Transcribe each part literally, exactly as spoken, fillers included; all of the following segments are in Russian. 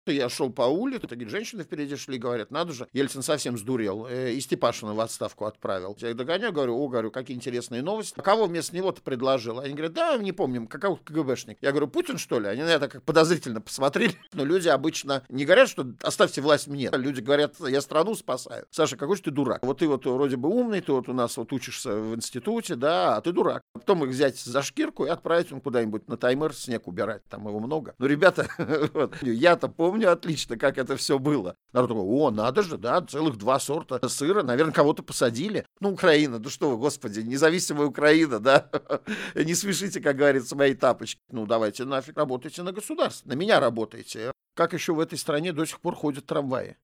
Я шел по улице, такие женщины впереди шли, говорят, надо же, Ельцин совсем сдурел, э, и Степашина в отставку отправил. Я их догоняю, говорю, о, говорю, какие интересные новости. А кого вместо него-то предложил? Они говорят, да, не помним, какой КГБшник. Я говорю, Путин, что ли? Они на это как подозрительно посмотрели. Но люди обычно не говорят, что оставьте власть мне. Люди говорят, я страну спасаю. Саша, какой же ты дурак? Вот ты вот вроде бы умный, ты вот у нас вот учишься в институте, да, а ты дурак. Потом их взять за шкирку и отправить он куда-нибудь на Таймыр снег убирать. Там его много. Ну, ребята, я-то помню, Помню отлично, как это все было. Народ такой, о, надо же, да, целых два сорта сыра, наверное, кого-то посадили. Ну, Украина, да что вы, господи, независимая Украина, да, не смешите, как говорится, мои тапочки. Ну, давайте нафиг работайте на государство, на меня работайте. Как еще в этой стране до сих пор ходят трамваи?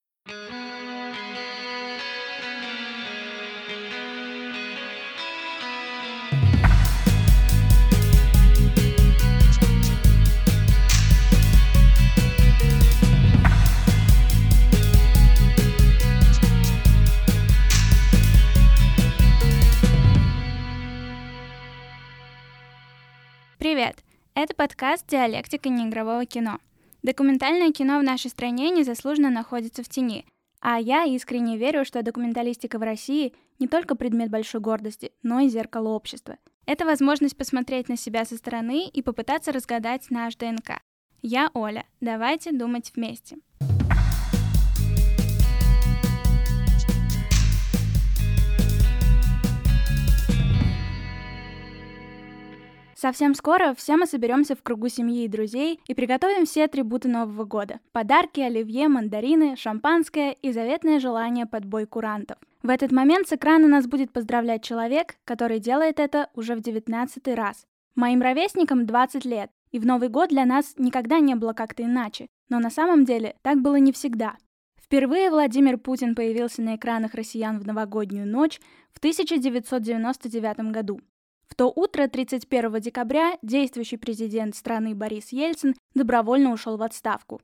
Привет! Это подкаст «Диалектика неигрового кино». Документальное кино в нашей стране незаслуженно находится в тени, а я искренне верю, что документалистика в России не только предмет большой гордости, но и зеркало общества. Это возможность посмотреть на себя со стороны и попытаться разгадать наш ДНК. Я Оля, давайте думать вместе. Совсем скоро все мы соберемся в кругу семьи и друзей и приготовим все атрибуты Нового года. Подарки, оливье, мандарины, шампанское и заветное желание под бой курантов. В этот момент с экрана нас будет поздравлять человек, который делает это уже в девятнадцатый раз. Моим ровесникам двадцать лет, и в Новый год для нас никогда не было как-то иначе. Но на самом деле так было не всегда. Впервые Владимир Путин появился на экранах россиян в новогоднюю ночь в тысяча девятьсот девяносто девятом году. В то утро, тридцать первого декабря, действующий президент страны Борис Ельцин добровольно ушел в отставку.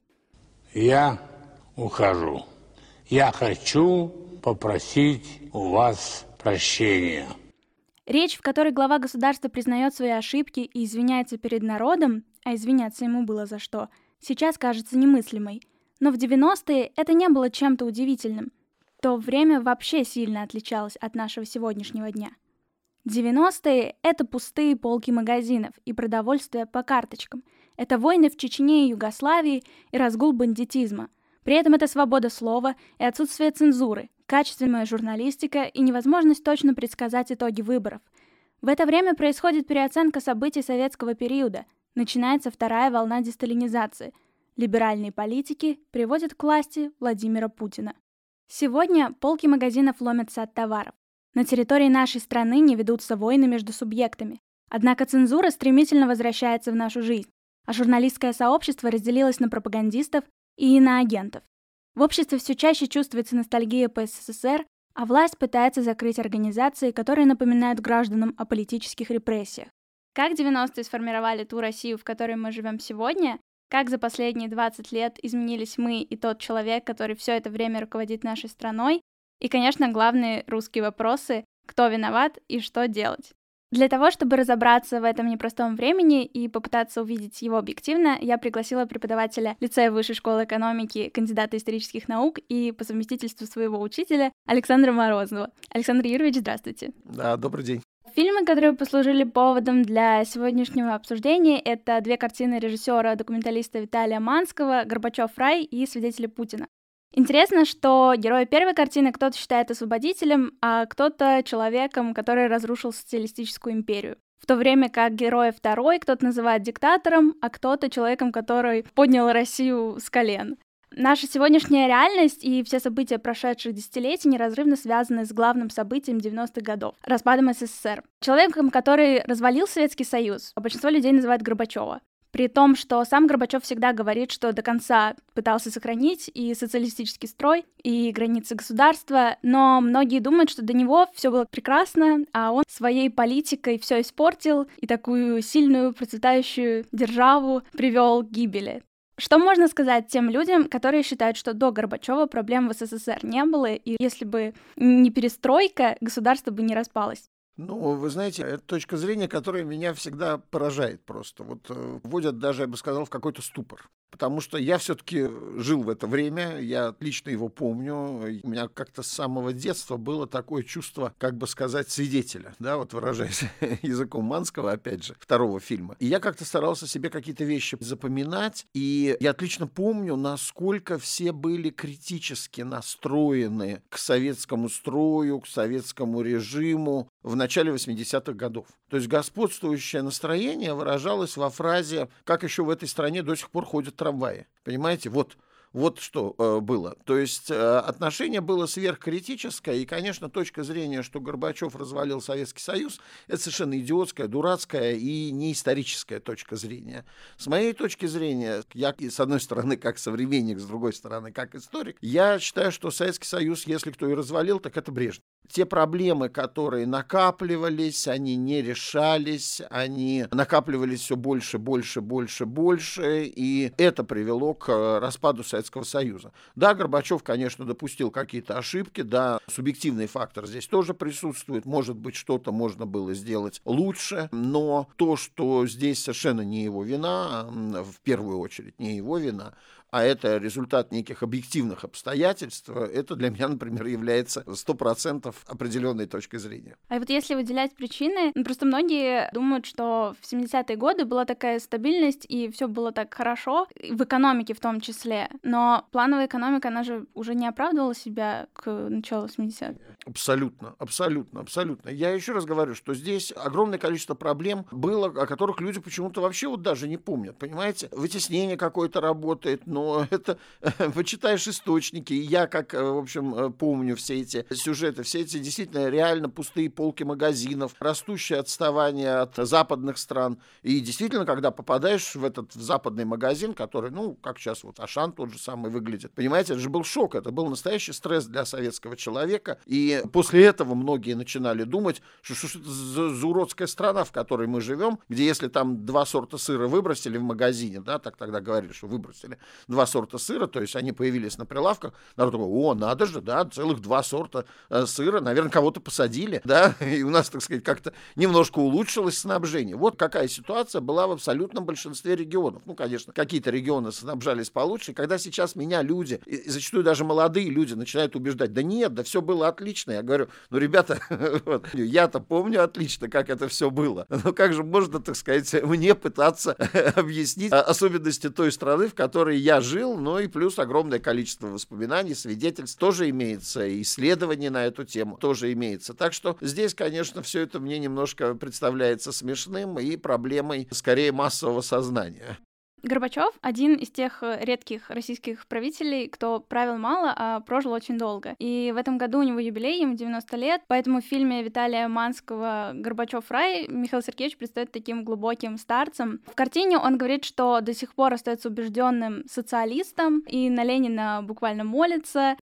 Я ухожу. Я хочу попросить у вас прощения. Речь, в которой глава государства признает свои ошибки и извиняется перед народом, а извиняться ему было за что, сейчас кажется немыслимой. Но в девяностые это не было чем-то удивительным. То время вообще сильно отличалось от нашего сегодняшнего дня. девяностые — это пустые полки магазинов и продовольствие по карточкам. Это войны в Чечне и Югославии и разгул бандитизма. При этом это свобода слова и отсутствие цензуры, качественная журналистика и невозможность точно предсказать итоги выборов. В это время происходит переоценка событий советского периода. Начинается вторая волна десталинизации. Либеральные политики приводят к власти Владимира Путина. Сегодня полки магазинов ломятся от товаров. На территории нашей страны не ведутся войны между субъектами. Однако цензура стремительно возвращается в нашу жизнь, а журналистское сообщество разделилось на пропагандистов и иноагентов. В обществе все чаще чувствуется ностальгия по СССР, а власть пытается закрыть организации, которые напоминают гражданам о политических репрессиях. Как девяностые сформировали ту Россию, в которой мы живем сегодня, как за последние двадцать лет изменились мы и тот человек, который все это время руководит нашей страной, и, конечно, главные русские вопросы – кто виноват и что делать. Для того, чтобы разобраться в этом непростом времени и попытаться увидеть его объективно, я пригласила преподавателя лицея Высшей школы экономики, кандидата исторических наук и по совместительству своего учителя Александра Морозова. Александр Юрьевич, здравствуйте. Да, добрый день. Фильмы, которые послужили поводом для сегодняшнего обсуждения, это две картины режиссера-документалиста Виталия Манского «Горбачев. Рай» и «Свидетели Путина». Интересно, что героя первой картины кто-то считает освободителем, а кто-то человеком, который разрушил социалистическую империю. В то время как героя второй кто-то называет диктатором, а кто-то человеком, который поднял Россию с колен. Наша сегодняшняя реальность и все события прошедших десятилетий неразрывно связаны с главным событием девяностых годов — распадом СССР. Человеком, который развалил Советский Союз, большинство людей называют Горбачева. При том, что сам Горбачев всегда говорит, что до конца пытался сохранить и социалистический строй, и границы государства, но многие думают, что до него все было прекрасно, а он своей политикой все испортил и такую сильную, процветающую державу привел к гибели. Что можно сказать тем людям, которые считают, что до Горбачева проблем в СССР не было, и если бы не перестройка, государство бы не распалось? Ну, вы знаете, это точка зрения, которая меня всегда поражает просто. Вот э, вводят даже, я бы сказал, в какой-то ступор. потому что я все-таки жил в это время, я отлично его помню. У меня как-то с самого детства было такое чувство, как бы сказать, свидетеля, да, вот выражаясь языком Манского, опять же, второго фильма. И я как-то старался себе какие-то вещи запоминать, и я отлично помню, насколько все были критически настроены к советскому строю, к советскому режиму в начале восьмидесятых годов. То есть господствующее настроение выражалось во фразе «как еще в этой стране до сих пор ходят трамваи». Понимаете? Вот. Вот что э, было. То есть э, отношение было сверхкритическое, и, конечно, точка зрения, что Горбачев развалил Советский Союз, это совершенно идиотская, дурацкая и неисторическая точка зрения. С моей точки зрения, я, с одной стороны, как современник, с другой стороны, как историк, я считаю, что Советский Союз, если кто и развалил, так это Брежнев. Те проблемы, которые накапливались, они не решались, они накапливались все больше, больше, больше, больше, и это привело к распаду Советского Союза. Да, Горбачев, конечно, допустил какие-то ошибки, да, субъективный фактор здесь тоже присутствует, может быть, что-то можно было сделать лучше, но то, что здесь совершенно не его вина, в первую очередь не его вина, а это результат неких объективных обстоятельств, это для меня, например, является сто процентов определенной точкой зрения. А вот если выделять причины, ну, просто многие думают, что в семидесятые годы была такая стабильность, и все было так хорошо, в экономике в том числе, но плановая экономика, она же уже не оправдывала себя к началу восьмидесятых. Абсолютно, абсолютно, абсолютно. Я еще раз говорю, что здесь огромное количество проблем было, о которых люди почему-то вообще вот даже не помнят, понимаете? Вытеснение какое-то работает, но это почитаешь источники, и я, как, в общем, помню все эти сюжеты, все эти действительно реально пустые полки магазинов, растущее отставание от западных стран, и действительно, когда попадаешь в этот в западный магазин, который, ну, как сейчас вот Ашан тот же самый выглядит, понимаете, это же был шок, это был настоящий стресс для советского человека, и после этого многие начинали думать, что что это за, за уродская страна, в которой мы живем, где если там два сорта сыра выбросили в магазине, да, так тогда говорили, что выбросили, два сорта сыра, то есть они появились на прилавках, народ такой, о, надо же, да, целых два сорта э, сыра, наверное, кого-то посадили, да, и у нас, так сказать, как-то немножко улучшилось снабжение. Вот какая ситуация была в абсолютном большинстве регионов. Ну, конечно, какие-то регионы снабжались получше, и когда сейчас меня люди, и зачастую даже молодые люди начинают убеждать, да нет, да все было отлично, я говорю, ну, ребята, вот, я-то помню отлично, как это все было, но как же можно, так сказать, мне пытаться объяснить особенности той страны, в которой я жил, ну и плюс огромное количество воспоминаний, свидетельств, тоже имеется, исследований на эту тему тоже имеется. Так что здесь, конечно, все это мне немножко представляется смешным и проблемой, скорее, массового сознания. Горбачев — один из тех редких российских правителей, кто правил мало, а прожил очень долго. И в этом году у него юбилей, ему девяносто лет, поэтому в фильме Виталия Манского «Горбачев. Рай» Михаил Сергеевич предстает таким глубоким старцем. В картине он говорит, что до сих пор остается убежденным социалистом и на Ленина буквально молится.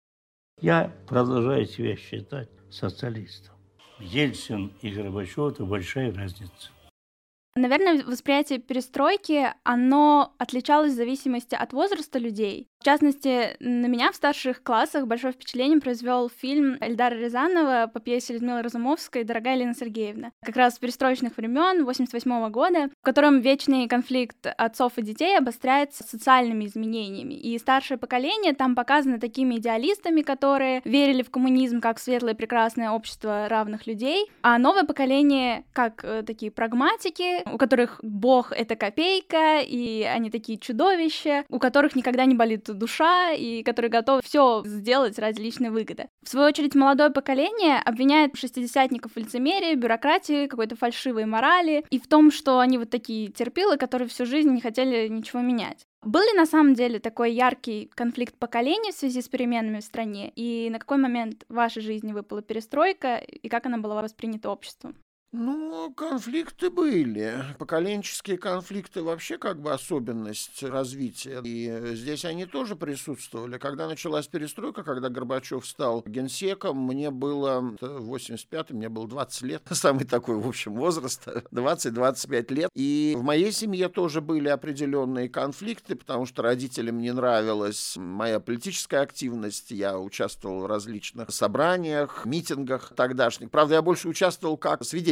Я продолжаю себя считать социалистом. Ельцин и Горбачев — это большая разница. Наверное, восприятие перестройки, оно отличалось в зависимости от возраста людей. В частности, на меня в старших классах большое впечатление произвел фильм Эльдара Рязанова по пьесе Людмилы Разумовской «Дорогая Елена Сергеевна». Как раз с перестроечных времен, восемьдесят восьмого года, в котором вечный конфликт отцов и детей обостряется социальными изменениями. И старшее поколение там показано такими идеалистами, которые верили в коммунизм как в светлое прекрасное общество равных людей, а новое поколение как э, такие прагматики, у которых бог — это копейка, и они такие чудовища, у которых никогда не болит душа, и которые готовы все сделать ради личной выгоды. В свою очередь, молодое поколение обвиняет шестидесятников в лицемерии, бюрократии, какой-то фальшивой морали, и в том, что они вот такие терпилы, которые всю жизнь не хотели ничего менять. Был ли на самом деле такой яркий конфликт поколений в связи с переменами в стране, и на какой момент в вашей жизни выпала перестройка, и как она была воспринята обществом? Ну, конфликты были. Поколенческие конфликты вообще как бы особенность развития. И здесь они тоже присутствовали. Когда началась перестройка, когда Горбачев стал генсеком, мне было, в восемьдесят пятом, мне было двадцать лет. Самый такой, в общем, возраст, двадцать-двадцать пять лет. И в моей семье тоже были определенные конфликты, потому что родителям не нравилась моя политическая активность. Я участвовал в различных собраниях, митингах тогдашних. Правда, я больше участвовал как свидетель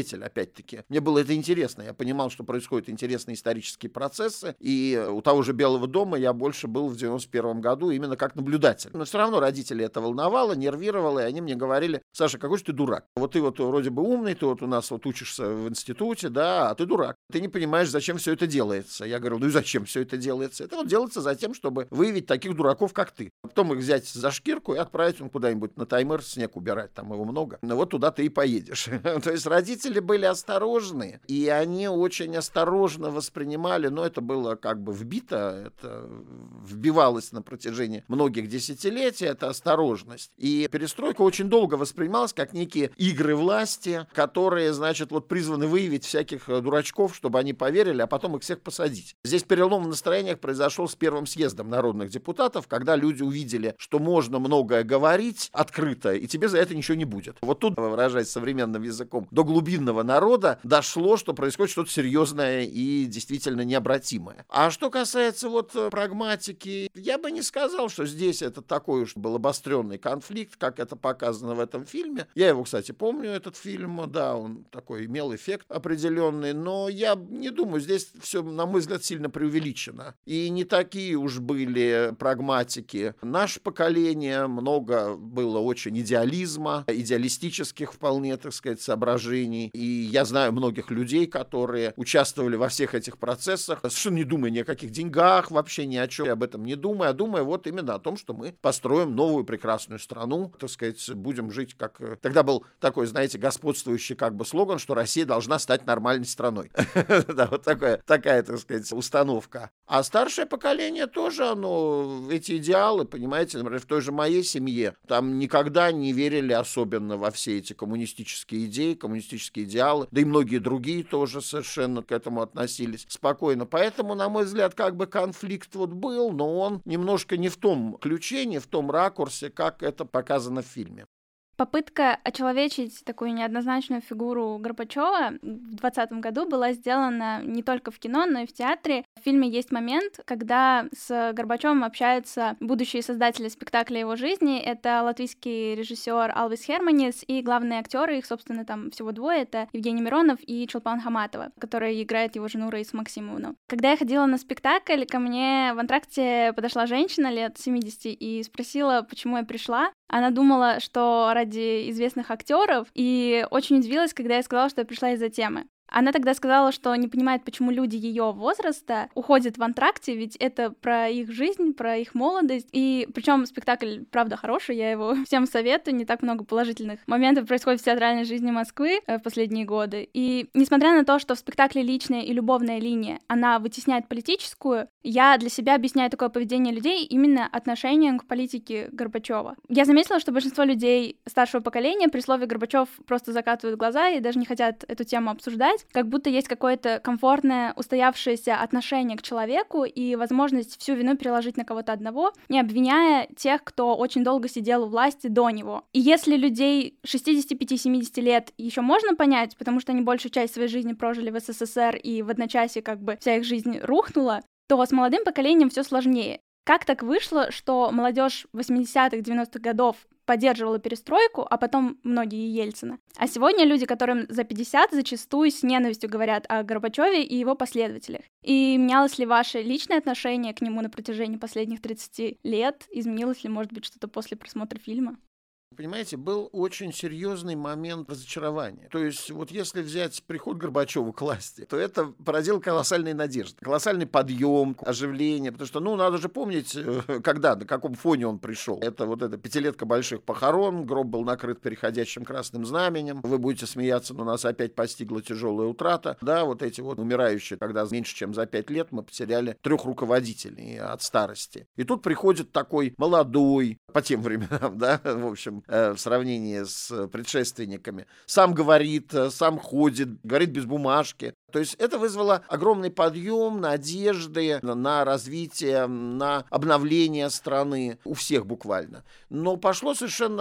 свидетель, опять-таки. Мне было это интересно. Я понимал, что происходят интересные исторические процессы. И у того же Белого дома я больше был в девяносто первом году именно как наблюдатель. Но все равно родители это волновало, нервировало, и они мне говорили: Саша, какой же ты дурак. Вот ты вот вроде бы умный, ты вот у нас вот учишься в институте, да, а ты дурак. Ты не понимаешь, зачем все это делается. Я говорю: ну и зачем все это делается? Это вот делается за тем, чтобы выявить таких дураков, как ты. Потом их взять за шкирку и отправить он куда-нибудь на Таймыр снег убирать, там его много. Но вот туда ты и поедешь. То есть родители были осторожны, и они очень осторожно воспринимали, но это было как бы вбито, это вбивалось на протяжении многих десятилетий, это осторожность. И перестройка очень долго воспринималась как некие игры власти, которые, значит, вот призваны выявить всяких дурачков, чтобы они поверили, а потом их всех посадить. Здесь перелом в настроениях произошел с первым съездом народных депутатов, когда люди увидели, что можно многое говорить открыто, и тебе за это ничего не будет. Вот тут, выражаясь современным языком, до глубинного народа дошло, что происходит что-то серьезное и действительно необратимое. А что касается вот прагматики, я бы не сказал, что здесь это такой уж был обостренный конфликт, как это показано в этом фильме. Я его, кстати, помню, этот фильм, да, он такой имел эффект определенный, но я не думаю, здесь все, на мой взгляд, сильно преувеличено. И не такие уж были прагматики. Наше поколение, много было очень идеализма, идеалистических вполне, так сказать, соображений. И я знаю многих людей, которые участвовали во всех этих процессах, совершенно не думая ни о каких деньгах, вообще ни о чем, об этом не думая, а думая вот именно о том, что мы построим новую прекрасную страну, так сказать, будем жить как... Тогда был такой, знаете, господствующий как бы слоган, что Россия должна стать нормальной страной. Да, вот такая, такая, так сказать, установка. А старшее поколение тоже, оно, эти идеалы, понимаете, например, в той же моей семье, там никогда не верили особенно во все эти коммунистические идеи, коммунистические идеалы, да и многие другие тоже совершенно к этому относились спокойно. Поэтому, на мой взгляд, как бы конфликт вот был, но он немножко не в том ключе, не в том ракурсе, как это показано в фильме. Попытка очеловечить такую неоднозначную фигуру Горбачева в двадцатом году была сделана не только в кино, но и в театре. В фильме есть момент, когда с Горбачевым общаются будущие создатели спектакля его жизни. Это латвийский режиссер Алвис Херманис и главные актеры, их, собственно, там всего двое, это Евгений Миронов и Чулпан Хаматова, которая играет его жену Раису Максимовну. Когда я ходила на спектакль, ко мне в антракте подошла женщина лет семидесяти и спросила, почему я пришла. Она думала, что ради известных актеров, и очень удивилась, когда я сказала, что я пришла из-за темы. Она тогда сказала, что не понимает, почему люди ее возраста уходят в антракте, ведь это про их жизнь, про их молодость. И причем спектакль, правда, хороший, я его всем советую. Не так много положительных моментов происходит в театральной жизни Москвы в последние годы. И несмотря на то, что в спектакле личная и любовная линия, она вытесняет политическую, я для себя объясняю такое поведение людей именно отношением к политике Горбачева. Я заметила, что большинство людей старшего поколения при слове Горбачев просто закатывают глаза и даже не хотят эту тему обсуждать, как будто есть какое-то комфортное, устоявшееся отношение к человеку и возможность всю вину переложить на кого-то одного, не обвиняя тех, кто очень долго сидел у власти до него. И если людей шестидесяти пяти — семидесяти лет еще можно понять, потому что они большую часть своей жизни прожили в СССР и в одночасье как бы вся их жизнь рухнула, то с молодым поколением все сложнее. Как так вышло, что молодежь восьмидесятых, девяностых годов поддерживала перестройку, а потом многие Ельцина? А сегодня люди, которым за пятьдесят, зачастую с ненавистью говорят о Горбачеве и его последователях. И менялось ли ваше личное отношение к нему на протяжении последних тридцати лет? Изменилось ли, может быть, что-то после просмотра фильма? Понимаете, был очень серьезный момент разочарования. То есть вот если взять приход Горбачева к власти, то это породило колоссальные надежды, колоссальный подъем, оживление, потому что, ну, надо же помнить, когда, на каком фоне он пришел. Это вот эта пятилетка больших похорон, гроб был накрыт переходящим красным знаменем. Вы будете смеяться, но нас опять постигла тяжелая утрата. Да, вот эти вот умирающие, когда меньше чем за пять лет мы потеряли трех руководителей от старости. И тут приходит такой молодой, по тем временам, да, в общем, в сравнении с предшественниками. Сам говорит, сам ходит, говорит без бумажки. То есть это вызвало огромный подъем, надежды на развитие, на обновление страны у всех буквально. Но пошло совершенно в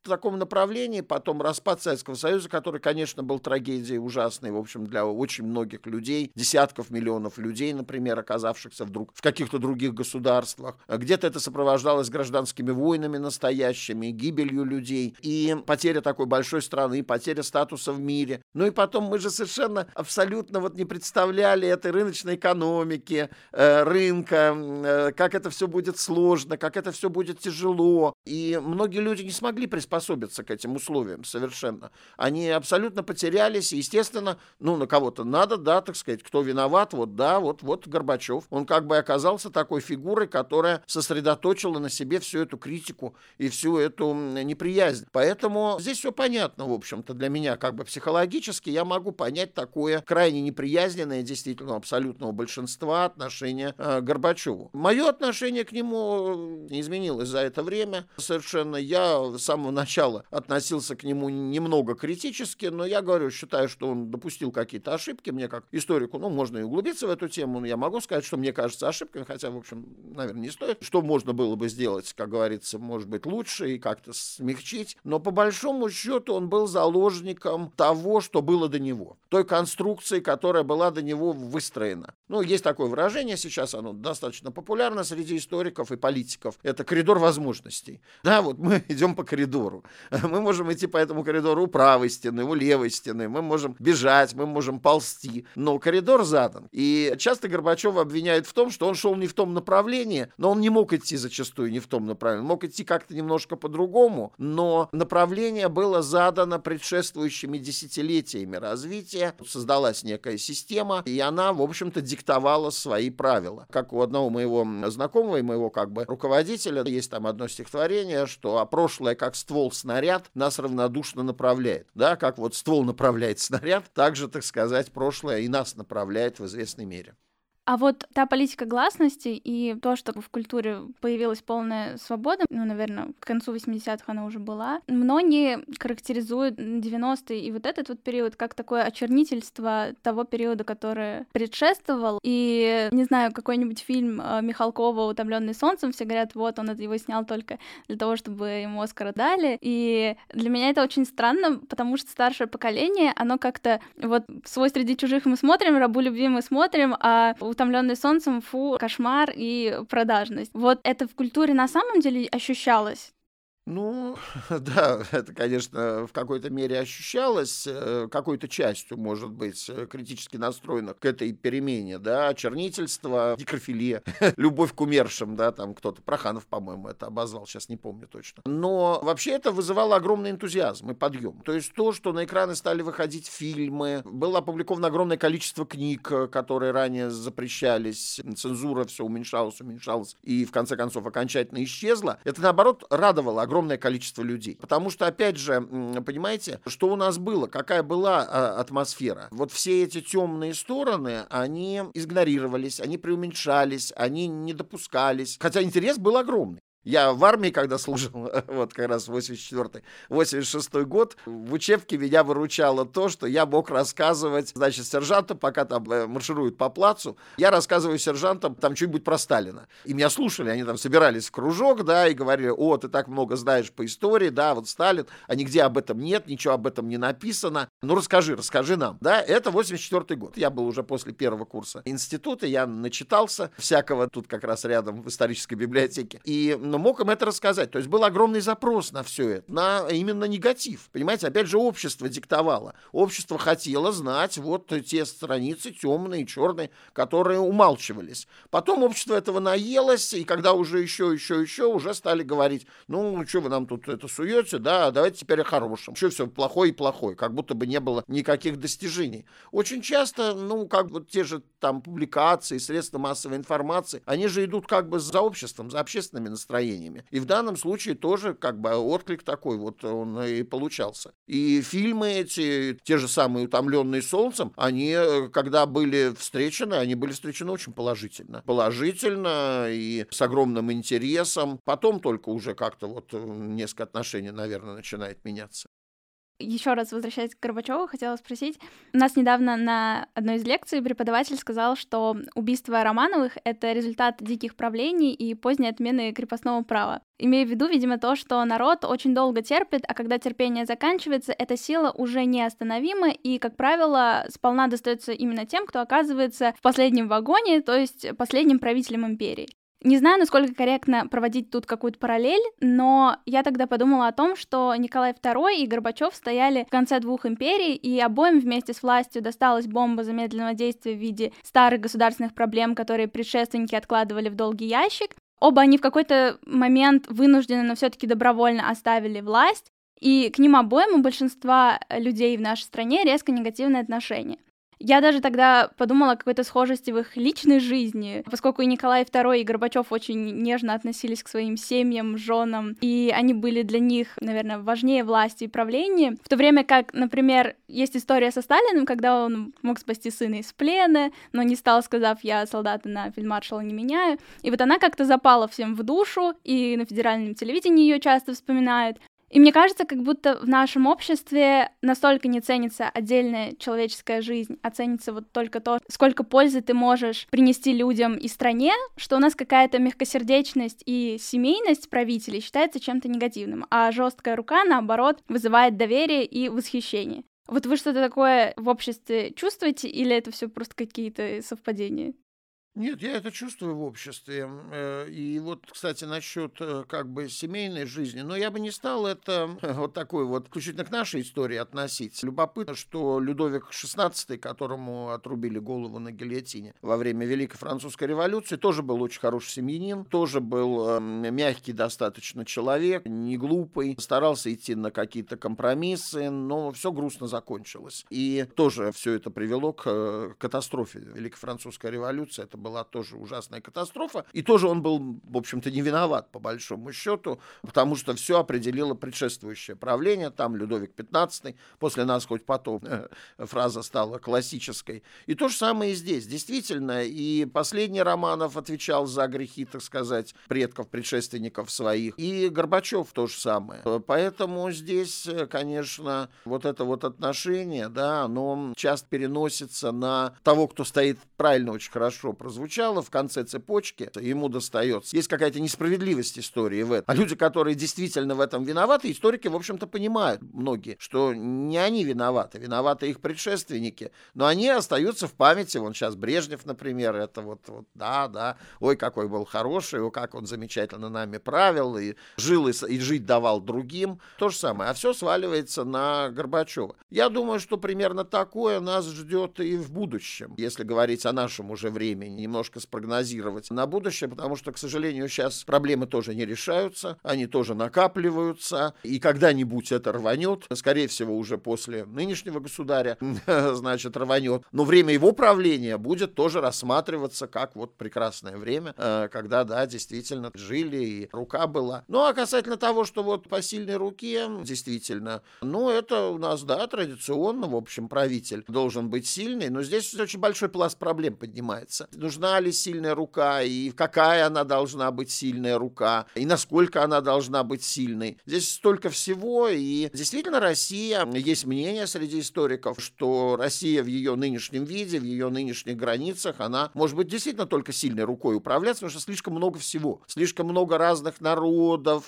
таком направлении, потом распад Советского Союза, который, конечно, был трагедией ужасной, в общем, для очень многих людей, десятков миллионов людей, например, оказавшихся вдруг в каких-то других государствах. Где-то это сопровождалось гражданскими войнами настоящими, гибелью людей и потеря такой большой страны, потеря статуса в мире. Ну и потом мы же совершенно абсолютно вот не представляли этой рыночной экономики, э, рынка, э, как это все будет сложно, как это все будет тяжело. И многие люди не смогли приспособиться к этим условиям совершенно. Они абсолютно потерялись, и, естественно, ну, на кого-то надо, да, так сказать, кто виноват, вот, да, вот, вот Горбачев. Он как бы оказался такой фигурой, которая сосредоточила на себе всю эту критику и всю эту неприязнь. Поэтому здесь все понятно, в общем-то, для меня как бы психологически я могу понять такое крайне неприязненное, действительно, абсолютного большинства отношение э, к Горбачеву. Мое отношение к нему не изменилось за это время совершенно. Я с самого начала относился к нему немного критически, но я говорю, считаю, что он допустил какие-то ошибки. Мне как историку, ну, можно и углубиться в эту тему, но я могу сказать, что мне кажется ошибками, хотя, в общем, наверное, не стоит. Что можно было бы сделать, как говорится, может быть, лучше и как-то смягчить. Но по большому счету он был заложником того, что было до него. Той конструкции, которая была до него выстроена. Ну, есть такое выражение, сейчас оно достаточно популярно среди историков и политиков. Это коридор возможностей. Да, вот мы идем по коридору. Мы можем идти по этому коридору у правой стены, у левой стены. Мы можем бежать, мы можем ползти. Но коридор задан. И часто Горбачева обвиняют в том, что он шел не в том направлении, но он не мог идти зачастую не в том направлении. Он мог идти как-то немножко по-другому, но направление было задано предшествующими десятилетиями развития. Создалась некая система, и она, в общем-то, диктовала свои правила. Как у одного моего знакомого и моего как бы руководителя есть там одно стихотворение, что «а прошлое, как ствол-снаряд, нас равнодушно направляет». Да, как вот ствол направляет снаряд, так же, так сказать, прошлое и нас направляет в известной мере. А вот та политика гласности и то, что в культуре появилась полная свобода, ну, наверное, к концу восьмидесятых она уже была, многие характеризуют девяностые и вот этот вот период как такое очернительство того периода, который предшествовал. И, не знаю, какой-нибудь фильм Михалкова «Утомленный солнцем», все говорят, вот, он его снял только для того, чтобы ему Оскара дали. И для меня это очень странно, потому что старшее поколение, оно как-то вот «Свой среди чужих» мы смотрим, «Рабу любви» мы смотрим, а «Утомленный солнцем», фу, кошмар и продажность. Вот это в культуре на самом деле ощущалось? Ну, да, это, конечно, в какой-то мере ощущалось, какой-то частью, может быть, критически настроенных к этой перемене, да, чернительство, некрофилия, любовь к умершим, да, там кто-то, Проханов, по-моему, это обозвал, сейчас не помню точно. Но вообще это вызывало огромный энтузиазм и подъем. То есть то, что на экраны стали выходить фильмы, было опубликовано огромное количество книг, которые ранее запрещались, цензура все уменьшалась, уменьшалась и, в конце концов, окончательно исчезла, это, наоборот, радовало огромное огромное количество людей. Потому что, опять же, понимаете, что у нас было, какая была а, атмосфера. Вот все эти темные стороны, они игнорировались, они преуменьшались, они не допускались. Хотя интерес был огромный. Я в армии, когда служил, вот как раз восемьдесят четвёртый восемьдесят шестой год, в учебке меня выручало то, что я мог рассказывать, значит, сержантам, пока там маршируют по плацу, я рассказываю сержантам там что-нибудь про Сталина. И меня слушали, они там собирались в кружок, да, и говорили, о, ты так много знаешь по истории, да, вот Сталин, а нигде об этом нет, ничего об этом не написано. Ну, расскажи, расскажи нам, да, это восемьдесят четвёртый год. Я был уже после первого курса института, я начитался всякого тут как раз рядом в исторической библиотеке, и но мог им это рассказать. То есть был огромный запрос на все это, на именно негатив. Понимаете, опять же, общество диктовало. Общество хотело знать вот те страницы темные, черные, которые умалчивались. Потом общество этого наелось, и когда уже еще, еще, еще, уже стали говорить, ну, что вы нам тут это суете, да, давайте теперь о хорошем. Что все плохое и плохое, как будто бы не было никаких достижений. Очень часто, ну, как вот те же там публикации, средства массовой информации, они же идут как бы за обществом, за общественными настроениями. И в данном случае тоже как бы отклик такой вот он и получался. И фильмы эти, те же самые «Утомленные солнцем», они, когда были встречены, они были встречены очень положительно. Положительно и с огромным интересом. Потом только уже как-то вот несколько отношений, наверное, начинает меняться. Еще раз возвращаясь к Горбачеву, хотела спросить. У нас недавно на одной из лекций преподаватель сказал, что убийство Романовых — это результат диких правлений и поздней отмены крепостного права. Имея в виду, видимо, то, что народ очень долго терпит, а когда терпение заканчивается, эта сила уже неостановима, и, как правило, сполна достается именно тем, кто оказывается в последнем вагоне, то есть последним правителем империи. Не знаю, насколько корректно проводить тут какую-то параллель, но я тогда подумала о том, что Николай второй и Горбачев стояли в конце двух империй, и обоим вместе с властью досталась бомба замедленного действия в виде старых государственных проблем, которые предшественники откладывали в долгий ящик. Оба они в какой-то момент вынужденно, но все-таки добровольно оставили власть, и к ним обоим у большинства людей в нашей стране резко негативное отношение. Я даже тогда подумала о какой-то схожести в их личной жизни, поскольку и Николай второй, и Горбачев очень нежно относились к своим семьям, женам, и они были для них, наверное, важнее власти и правления, в то время как, например, есть история со Сталиным, когда он мог спасти сына из плена, но не стал, сказав: «Я солдата на фельдмаршала не меняю», и вот она как-то запала всем в душу, и на федеральном телевидении ее часто вспоминают. И мне кажется, как будто в нашем обществе настолько не ценится отдельная человеческая жизнь, а ценится вот только то, сколько пользы ты можешь принести людям и стране, что у нас какая-то мягкосердечность и семейность правителей считается чем-то негативным, а жесткая рука, наоборот, вызывает доверие и восхищение. Вот вы что-то такое в обществе чувствуете, или это все просто какие-то совпадения? Нет, я это чувствую в обществе. Э, И вот, кстати, насчет э, как бы семейной жизни, но я бы не стал это вот такой вот исключительно к нашей истории относить. Любопытно, что Людовик шестнадцатый, которому отрубили голову на гильотине во время Великой Французской революции, тоже был очень хороший семьянин, тоже был э, мягкий достаточно человек, не глупый, старался идти на какие-то компромиссы, но все грустно закончилось. И тоже все это привело к э, катастрофе. Великой Французской революции — это была тоже ужасная катастрофа. И тоже он был, в общем-то, не виноват, по большому счету, потому что все определило предшествующее правление. Там Людовик пятнадцатый, после нас хоть потом, фраза стала классической. И то же самое и здесь. Действительно, и последний Романов отвечал за грехи, так сказать, предков, предшественников своих. И Горбачев то же самое. Поэтому здесь, конечно, вот это вот отношение, да, оно часто переносится на того, кто стоит, правильно, очень хорошо прозвучало, в конце цепочки ему достается. Есть какая-то несправедливость истории в этом. А люди, которые действительно в этом виноваты, историки, в общем-то, понимают, многие, что не они виноваты, виноваты их предшественники, но они остаются в памяти. Вон сейчас Брежнев, например, это вот, вот да, да, ой, какой был хороший, ой, как он замечательно нами правил, и жил, и, и жить давал другим. То же самое. А все сваливается на Горбачева. Я думаю, что примерно такое нас ждет и в будущем, если говорить о нашем уже времени, немножко спрогнозировать на будущее, потому что, к сожалению, сейчас проблемы тоже не решаются, они тоже накапливаются, и когда-нибудь это рванет, скорее всего, уже после нынешнего государя, значит, рванет, но время его правления будет тоже рассматриваться как вот прекрасное время, когда, да, действительно жили, и рука была. Ну, а касательно того, что вот по сильной руке, действительно, ну, это у нас, да, традиционно, в общем, правитель должен быть сильный, но здесь очень большой пласт проблем поднимается. Нужна ли сильная рука, и какая она должна быть сильная рука, и насколько она должна быть сильной. Здесь столько всего, и действительно Россия, есть мнение среди историков, что Россия в ее нынешнем виде, в ее нынешних границах, она может быть действительно только сильной рукой управляться, потому что слишком много всего, слишком много разных народов,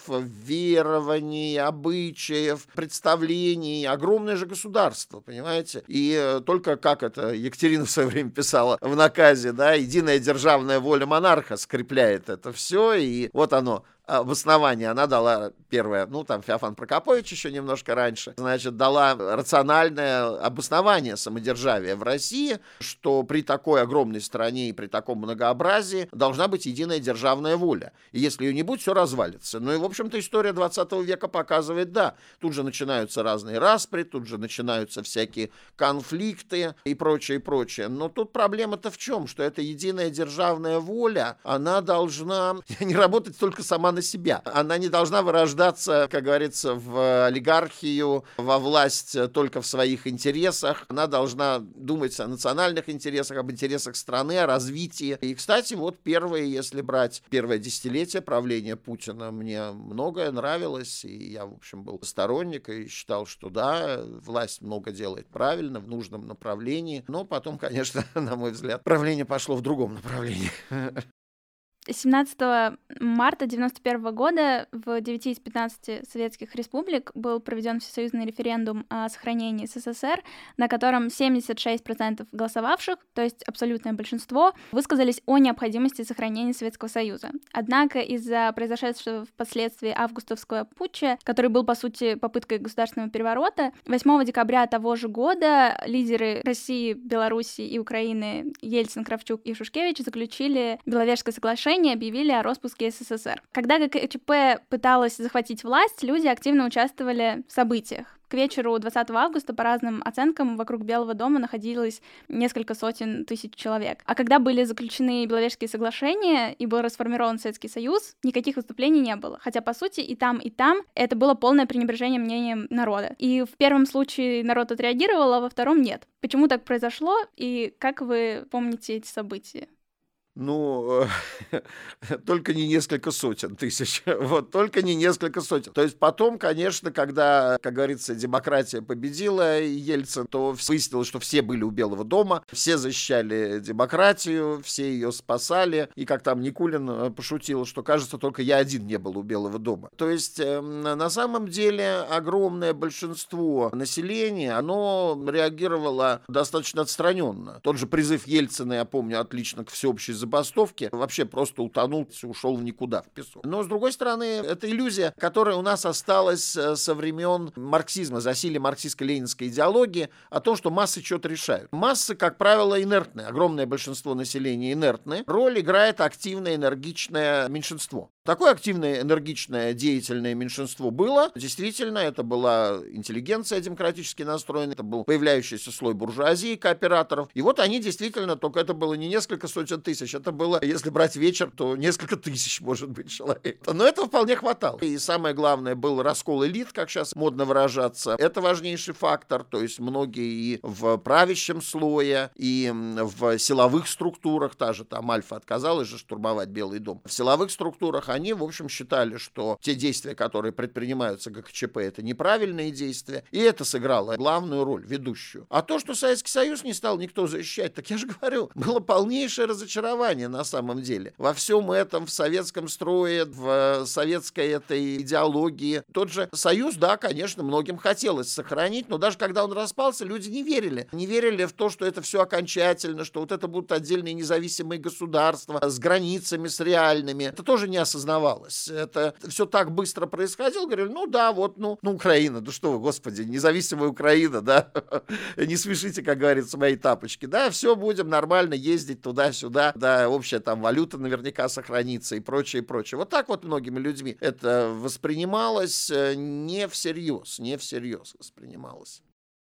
верований, обычаев, представлений, огромное же государство, понимаете? И только, как это Екатерина в свое время писала в наказе, да, единая державная воля монарха скрепляет это все, и вот оно, обоснование она дала первое, ну, там, Феофан Прокопович еще немножко раньше, значит, дала рациональное обоснование самодержавия в России, что при такой огромной стране и при таком многообразии должна быть единая державная воля. И если ее не будет, все развалится. Ну и, в общем-то, история двадцатого века показывает, да, тут же начинаются разные распри, тут же начинаются всякие конфликты и прочее, и прочее. Но тут проблема-то в чем? Что эта единая державная воля, она должна не работать только сама на себя. Она не должна вырождаться, как говорится, в олигархию, во власть только в своих интересах. Она должна думать о национальных интересах, об интересах страны, о развитии. И, кстати, вот первое, если брать первое десятилетие правления Путина, мне многое нравилось, и я, в общем, был сторонник и считал, что да, власть много делает правильно, в нужном направлении, но потом, конечно, на мой взгляд, правление пошло в другом направлении. семнадцатого марта девяносто первого года в девяти из пятнадцати советских республик был проведен всесоюзный референдум о сохранении СССР, на котором семьдесят шесть процентов голосовавших, то есть абсолютное большинство, высказались о необходимости сохранения Советского Союза. Однако из-за произошедшего впоследствии августовского путча, который был, по сути, попыткой государственного переворота, восьмого декабря того же года лидеры России, Беларуси и Украины Ельцин, Кравчук и Шушкевич заключили Беловежское соглашение, объявили о распуске СССР. Когда ГКЧП пыталась захватить власть, люди активно участвовали в событиях. К вечеру двадцатого августа, по разным оценкам, вокруг Белого дома находилось несколько сотен тысяч человек. А когда были заключены Беловежские соглашения и был расформирован Советский Союз, никаких выступлений не было. Хотя, по сути, и там, и там это было полное пренебрежение мнением народа. И в первом случае народ отреагировал, а во втором нет. Почему так произошло и как вы помните эти события? Ну, только не несколько сотен тысяч, вот, только не несколько сотен. То есть потом, конечно, когда, как говорится, демократия победила Ельцин, то выяснилось, что все были у Белого дома, все защищали демократию, все ее спасали, и как там Никулин пошутил, что, кажется, только я один не был у Белого дома. То есть, на самом деле, огромное большинство населения, оно реагировало достаточно отстраненно. Тот же призыв Ельцина, я помню отлично, к всеобщей забастовки, вообще просто утонул, ушел в никуда, в песок. Но, с другой стороны, это иллюзия, которая у нас осталась со времен марксизма, засилия марксистско-ленинской идеологии о том, что массы что-то решают. Массы, как правило, инертные. Огромное большинство населения инертные. Роль играет активное, энергичное меньшинство. Такое активное, энергичное, деятельное меньшинство было. Действительно, это была интеллигенция демократически настроенная, это был появляющийся слой буржуазии, кооператоров. И вот они действительно, только это было не несколько сотен тысяч, это было, если брать вечер, то несколько тысяч, может быть, человек. Но этого вполне хватало. И самое главное, был раскол элит, как сейчас модно выражаться. Это важнейший фактор, то есть многие и в правящем слое, и в силовых структурах, та же там Альфа отказалась же штурмовать Белый дом. В силовых структурах они, в общем, считали, что те действия, которые предпринимаются ГКЧП, это неправильные действия, и это сыграло главную роль, ведущую. А то, что Советский Союз не стал никто защищать, так я же говорю, было полнейшее разочарование на самом деле. Во всем этом, в советском строе, в советской этой идеологии. Тот же Союз, да, конечно, многим хотелось сохранить, но даже когда он распался, люди не верили. Не верили в то, что это все окончательно, что вот это будут отдельные независимые государства с границами, с реальными. Это тоже не осознавалось. Это все так быстро происходило. Говорили, ну да, вот, ну, ну Украина, да что вы, господи, независимая Украина, да, не смешите, как говорится, мои тапочки, да, все, будем нормально ездить туда-сюда, да, общая там валюта наверняка сохранится и прочее, и прочее. Вот так вот многими людьми это воспринималось не всерьез, не всерьез воспринималось.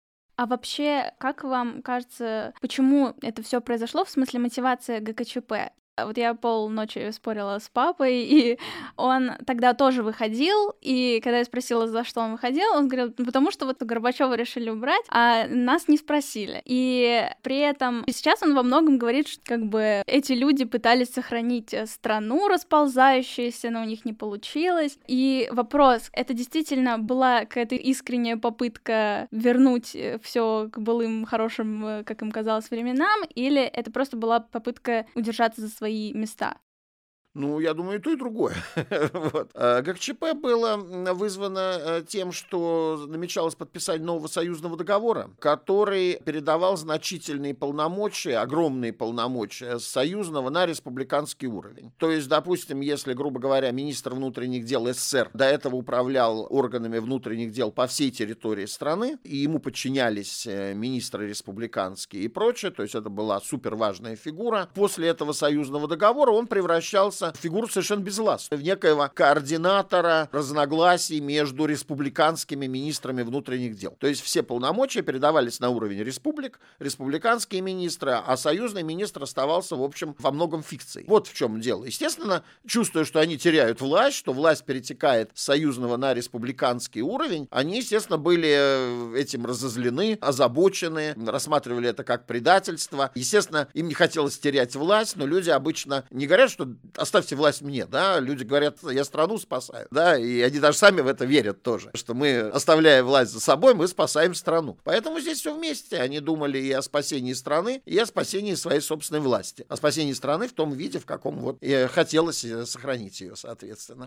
А вообще, как вам кажется, почему это все произошло, в смысле мотивация ГКЧП? Вот я полночи спорила с папой, и он тогда тоже выходил, и когда я спросила, за что он выходил, он говорил, ну, потому что вот Горбачева решили убрать, а нас не спросили. И при этом сейчас он во многом говорит, что как бы эти люди пытались сохранить страну расползающуюся, но у них не получилось. И вопрос, это действительно была какая-то искренняя попытка вернуть все к былым хорошим, как им казалось, временам, или это просто была попытка удержаться за свои места? Ну, я думаю, и то, и другое. Вот. ГКЧП было вызвано тем, что намечалось подписание нового союзного договора, который передавал значительные полномочия, огромные полномочия с союзного на республиканский уровень. То есть, допустим, если, грубо говоря, министр внутренних дел СССР до этого управлял органами внутренних дел по всей территории страны, и ему подчинялись министры республиканские и прочее, то есть это была суперважная фигура, после этого союзного договора он превращался превращался в фигуру совершенно безвластную, в некоего координатора разногласий между республиканскими министрами внутренних дел. То есть все полномочия передавались на уровень республик, республиканские министры, а союзный министр оставался, в общем, во многом фикцией. Вот в чем дело. Естественно, чувствуя, что они теряют власть, что власть перетекает с союзного на республиканский уровень, они, естественно, были этим разозлены, озабочены, рассматривали это как предательство. Естественно, им не хотелось терять власть, но люди обычно не говорят, что оставьте власть мне, да, люди говорят, я страну спасаю, да, и они даже сами в это верят тоже, что мы, оставляя власть за собой, мы спасаем страну. Поэтому здесь все вместе. Они думали и о спасении страны, и о спасении своей собственной власти. О спасении страны в том виде, в каком вот и хотелось сохранить ее, соответственно.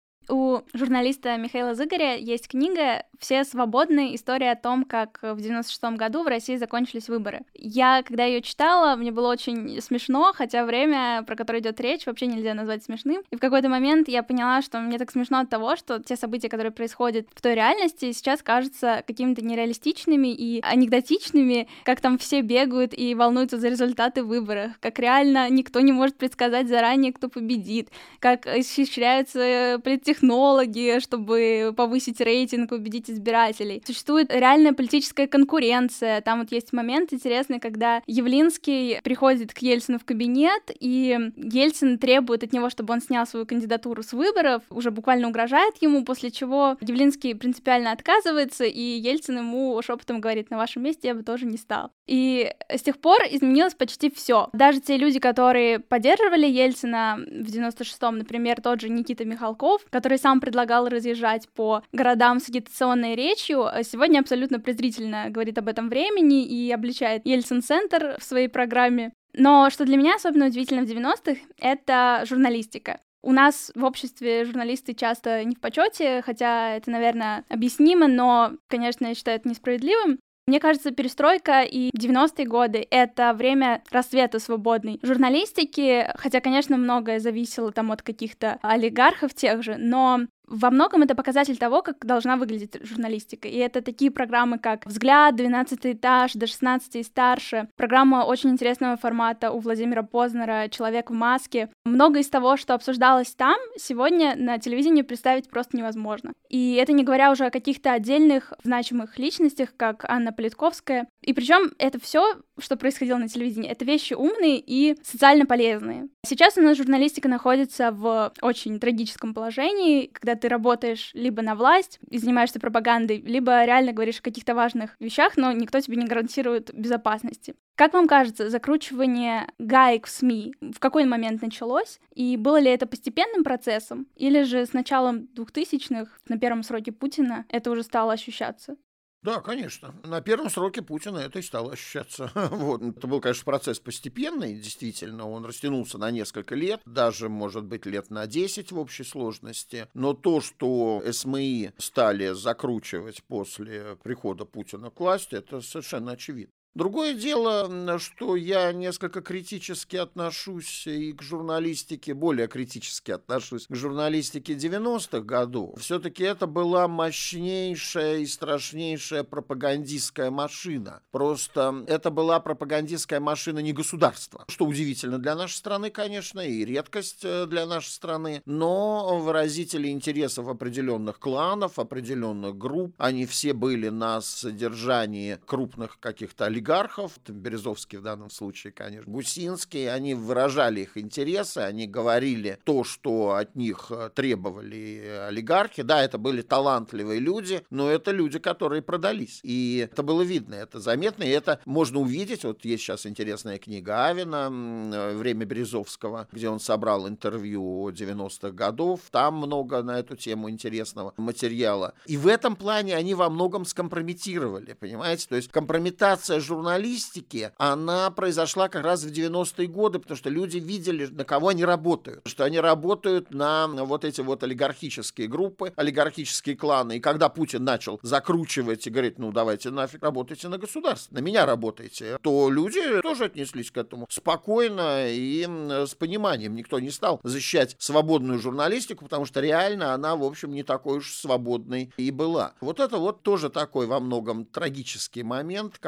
У журналиста Михаила Зыгоря есть книга «Все свободны. История о том, как в девяносто шестом году в России закончились выборы». Я, когда ее читала, мне было очень смешно, хотя время, про которое идет речь, вообще нельзя назвать смешным. И в какой-то момент я поняла, что мне так смешно от того, что те события, которые происходят в той реальности, сейчас кажутся какими-то нереалистичными и анекдотичными, как там все бегают и волнуются за результаты выборов, как реально никто не может предсказать заранее, кто победит, как исхищряются политтехнологи, технологии, чтобы повысить рейтинг, убедить избирателей. Существует реальная политическая конкуренция. Там вот есть момент интересный, когда Явлинский приходит к Ельцину в кабинет, и Ельцин требует от него, чтобы он снял свою кандидатуру с выборов, уже буквально угрожает ему, после чего Явлинский принципиально отказывается, и Ельцин ему шепотом говорит: на вашем месте я бы тоже не стал. И с тех пор изменилось почти все. Даже те люди, которые поддерживали Ельцина в девяносто шестом, например, тот же Никита Михалков, который сам предлагал разъезжать по городам с агитационной речью, сегодня абсолютно презрительно говорит об этом времени и обличает Ельцин-центр в своей программе. Но что для меня особенно удивительно в девяностых, это журналистика. У нас в обществе журналисты часто не в почете, хотя это, наверное, объяснимо, но, конечно, я считаю это несправедливым. Мне кажется, перестройка и девяностые годы — это время расцвета свободной журналистики, хотя, конечно, многое зависело там от каких-то олигархов тех же, но во многом это показатель того, как должна выглядеть журналистика. И это такие программы, как «Взгляд», «двенадцатый этаж», «До шестнадцати и старше». Программа очень интересного формата у Владимира Познера «Человек в маске». Много из того, что обсуждалось там, сегодня на телевидении представить просто невозможно. И это не говоря уже о каких-то отдельных значимых личностях, как Анна Политковская. И причем это все, что происходило на телевидении, это вещи умные и социально полезные. Сейчас у нас журналистика находится в очень трагическом положении, когда ты работаешь либо на власть и занимаешься пропагандой, либо реально говоришь о каких-то важных вещах, но никто тебе не гарантирует безопасности. Как вам кажется, закручивание гаек в СМИ в какой момент началось? И было ли это постепенным процессом? Или же с началом двухтысячных, на первом сроке Путина, это уже стало ощущаться? Да, конечно. На первом сроке Путина это и стало ощущаться. Вот. Это был, конечно, процесс постепенный, действительно. Он растянулся на несколько лет, даже, может быть, лет на десять в общей сложности. Но то, что СМИ стали закручивать после прихода Путина к власти, это совершенно очевидно. Другое дело, что я несколько критически отношусь и к журналистике, более критически отношусь к журналистике девяностых годов. Все-таки это была мощнейшая и страшнейшая пропагандистская машина. Просто это была пропагандистская машина не государства. Что удивительно для нашей страны, конечно, и редкость для нашей страны, но выразители интересов определенных кланов, определенных групп, они все были на содержании крупных каких-то олигархов, олигархов, Березовский в данном случае, конечно, Гусинский, они выражали их интересы, они говорили то, что от них требовали олигархи. Да, это были талантливые люди, но это люди, которые продались. И это было видно, это заметно, и это можно увидеть. Вот есть сейчас интересная книга Авина «Время Березовского», где он собрал интервью девяностых годов. Там много на эту тему интересного материала. И в этом плане они во многом скомпрометировали, понимаете? То есть компрометация журналистики журналистики, она произошла как раз в девяностые годы, потому что люди видели, на кого они работают, что они работают на вот эти вот олигархические группы, олигархические кланы. И когда Путин начал закручивать и говорить, ну давайте нафиг работайте на государство, на меня работайте, то люди тоже отнеслись к этому спокойно и с пониманием. Никто не стал защищать свободную журналистику, потому что реально она, в общем, не такой уж свободной и была. Вот это вот тоже такой во многом трагический момент, когда, в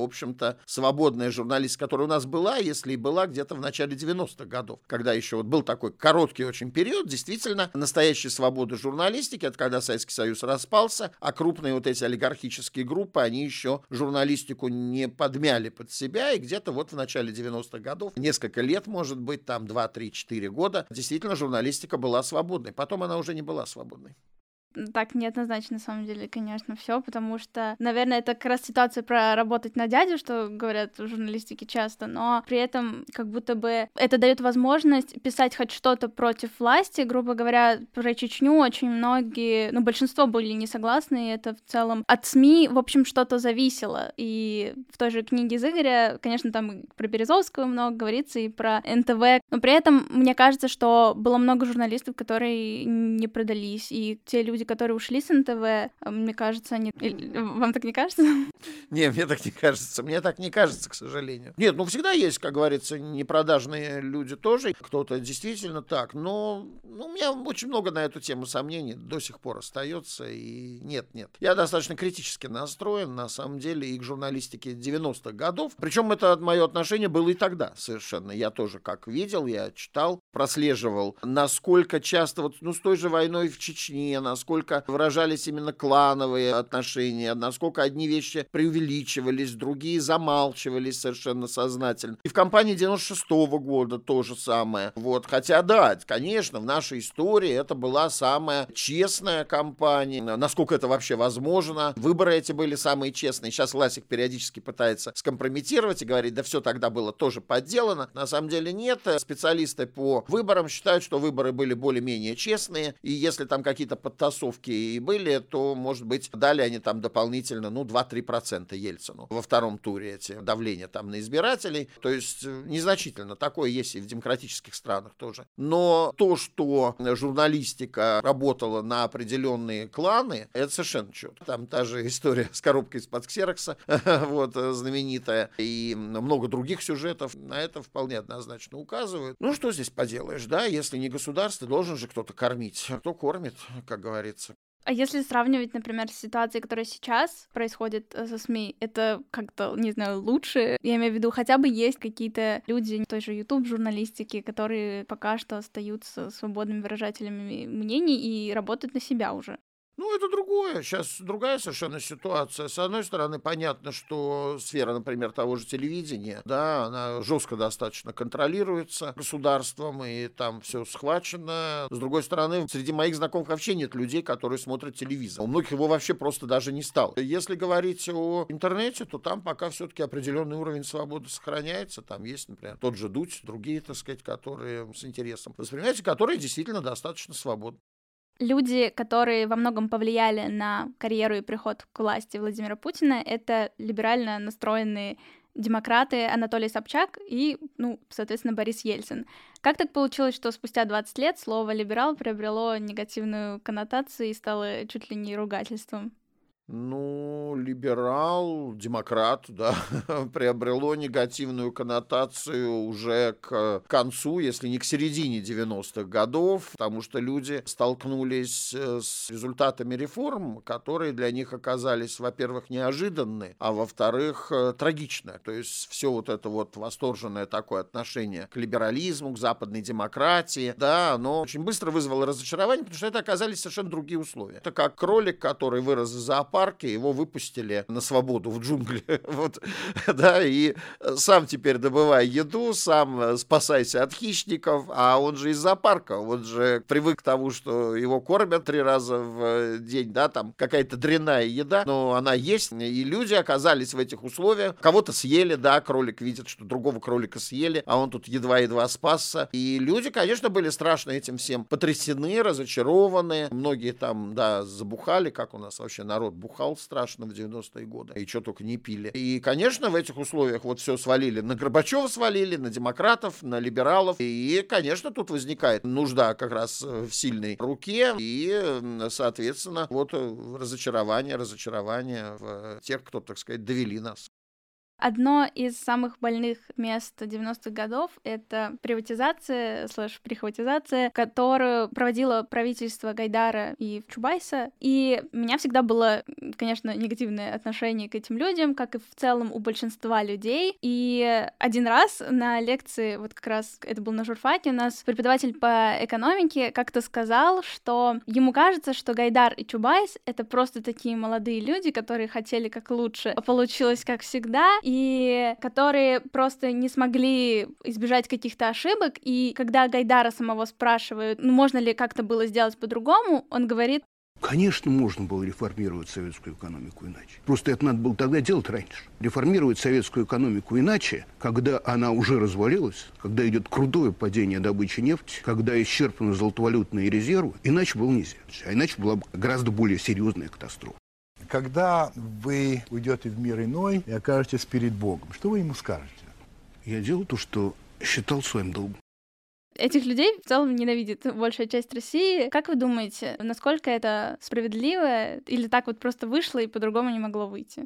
общем-то, свободная журналистика, которая у нас была, если и была где-то в начале девяностых годов, когда еще вот был такой короткий очень период, действительно, настоящая свобода журналистики, это когда Советский Союз распался, а крупные вот эти олигархические группы, они еще журналистику не подмяли под себя, и где-то вот в начале девяностых годов, несколько лет, может быть, там два, три, четыре года, действительно журналистика была свободной. Потом она уже не была свободной. Так неоднозначно, на самом деле, конечно, все, потому что, наверное, это как раз ситуация про работать на дядю, что говорят в журналистике часто, но при этом как будто бы это дает возможность писать хоть что-то против власти. Грубо говоря, про Чечню очень многие, ну, большинство были не согласны, и это в целом от СМИ, в общем, что-то зависело. И в той же книге Зыгоря, конечно, там про Березовского много говорится, и про эн тэ вэ, но при этом мне кажется, что было много журналистов, которые не продались, и те люди, которые ушли с эн тэ вэ, мне кажется, они... Вам так не кажется? Не, мне так не кажется. Мне так не кажется, к сожалению. Нет, ну всегда есть, как говорится, непродажные люди тоже. Кто-то действительно так. Но ну, у меня очень много на эту тему сомнений до сих пор остается. И нет, нет. Я достаточно критически настроен, на самом деле, и к журналистике девяностых годов. Причем это мое отношение было и тогда совершенно. Я тоже как видел, я читал, прослеживал, насколько часто, вот, ну, с той же войной в Чечне, насколько выражались именно клановые отношения, насколько одни вещи преувеличивались, другие замалчивались совершенно сознательно. И в кампании девяносто шестого года то же самое. Вот. Хотя, да, конечно, в нашей истории это была самая честная кампания, насколько это вообще возможно. Выборы эти были самые честные. Сейчас власть их периодически пытается скомпрометировать и говорить, да все тогда было тоже подделано. На самом деле нет. Специалисты по выборам считают, что выборы были более-менее честные, и если там какие-то подтасовки и были, то, может быть, дали они там дополнительно, ну, два-три процента Ельцину во втором туре, эти давления там на избирателей, то есть незначительно, такое есть и в демократических странах тоже. Но то, что журналистика работала на определенные кланы, это совершенно четко. Там та же история с коробкой из-под ксерокса, вот, знаменитая, и много других сюжетов на это вполне однозначно указывают. Ну, что здесь поделаешь, да, если не государство, должен же кто-то кормить. Кто кормит, как говорится. А если сравнивать, например, с ситуацией, которая сейчас происходит со СМИ, это как-то, не знаю, лучше? Я имею в виду, хотя бы есть какие-то люди в той же YouTube-журналистике, которые пока что остаются свободными выражателями мнений и работают на себя уже. Ну, это другое. Сейчас другая совершенно ситуация. С одной стороны, понятно, что сфера, например, того же телевидения, да, она жестко достаточно контролируется государством, и там все схвачено. С другой стороны, среди моих знакомых вообще нет людей, которые смотрят телевизор. У многих его вообще просто даже не стало. Если говорить о интернете, то там пока все-таки определенный уровень свободы сохраняется. Там есть, например, тот же Дудь, другие, так сказать, которые с интересом воспринимаются, которые действительно достаточно свободны. Люди, которые во многом повлияли на карьеру и приход к власти Владимира Путина, это либерально настроенные демократы Анатолий Собчак и, ну, соответственно, Борис Ельцин. Как так получилось, что спустя двадцать лет слово «либерал» приобрело негативную коннотацию и стало чуть ли не ругательством? Ну, либерал, демократ, да, приобрело негативную коннотацию уже к концу, если не к середине девяностых годов, потому что люди столкнулись с результатами реформ, которые для них оказались, во-первых, неожиданны, а во-вторых, трагичны. То есть все вот это вот восторженное такое отношение к либерализму, к западной демократии, да, оно очень быстро вызвало разочарование, потому что это оказались совершенно другие условия. Это как кролик, который вырос из зоопарка, парке, его выпустили на свободу в джунгли, вот, да, и сам теперь добывай еду, сам спасайся от хищников, а он же из зоопарка, он же привык к тому, что его кормят три раза в день, да, там какая-то дрянная еда, но она есть, и люди оказались в этих условиях, кого-то съели, да, кролик видит, что другого кролика съели, а он тут едва-едва спасся, и люди, конечно, были страшно этим всем потрясены, разочарованы, многие там, да, забухали, как у нас вообще народ бухал страшно в девяностые годы, и что только не пили. И, конечно, в этих условиях вот все свалили. На Горбачева свалили, на демократов, на либералов. И, конечно, тут возникает нужда как раз в сильной руке и, соответственно, вот разочарование, разочарование в тех, кто, так сказать, довели нас. Одно из самых больных мест девяностых годов — это приватизация, слэш-прихватизация, которую проводило правительство Гайдара и Чубайса. И у меня всегда было, конечно, негативное отношение к этим людям, как и в целом у большинства людей. И один раз на лекции, вот как раз это был на журфаке, у нас преподаватель по экономике как-то сказал, что ему кажется, что Гайдар и Чубайс — это просто такие молодые люди, которые хотели как лучше, а получилось как всегда, и которые просто не смогли избежать каких-то ошибок, и когда Гайдара самого спрашивают, ну, можно ли как-то было сделать по-другому, он говорит: конечно, можно было реформировать советскую экономику иначе. Просто это надо было тогда делать раньше. Реформировать советскую экономику иначе, когда она уже развалилась, когда идет крутое падение добычи нефти, когда исчерпаны золотовалютные резервы, иначе было нельзя. А иначе была бы гораздо более серьезная катастрофа. Когда вы уйдете в мир иной и окажетесь перед Богом, что вы ему скажете? Я делал то, что считал своим долгом. Этих людей в целом ненавидит большая часть России. Как вы думаете, насколько это справедливо, или так вот просто вышло и по-другому не могло выйти?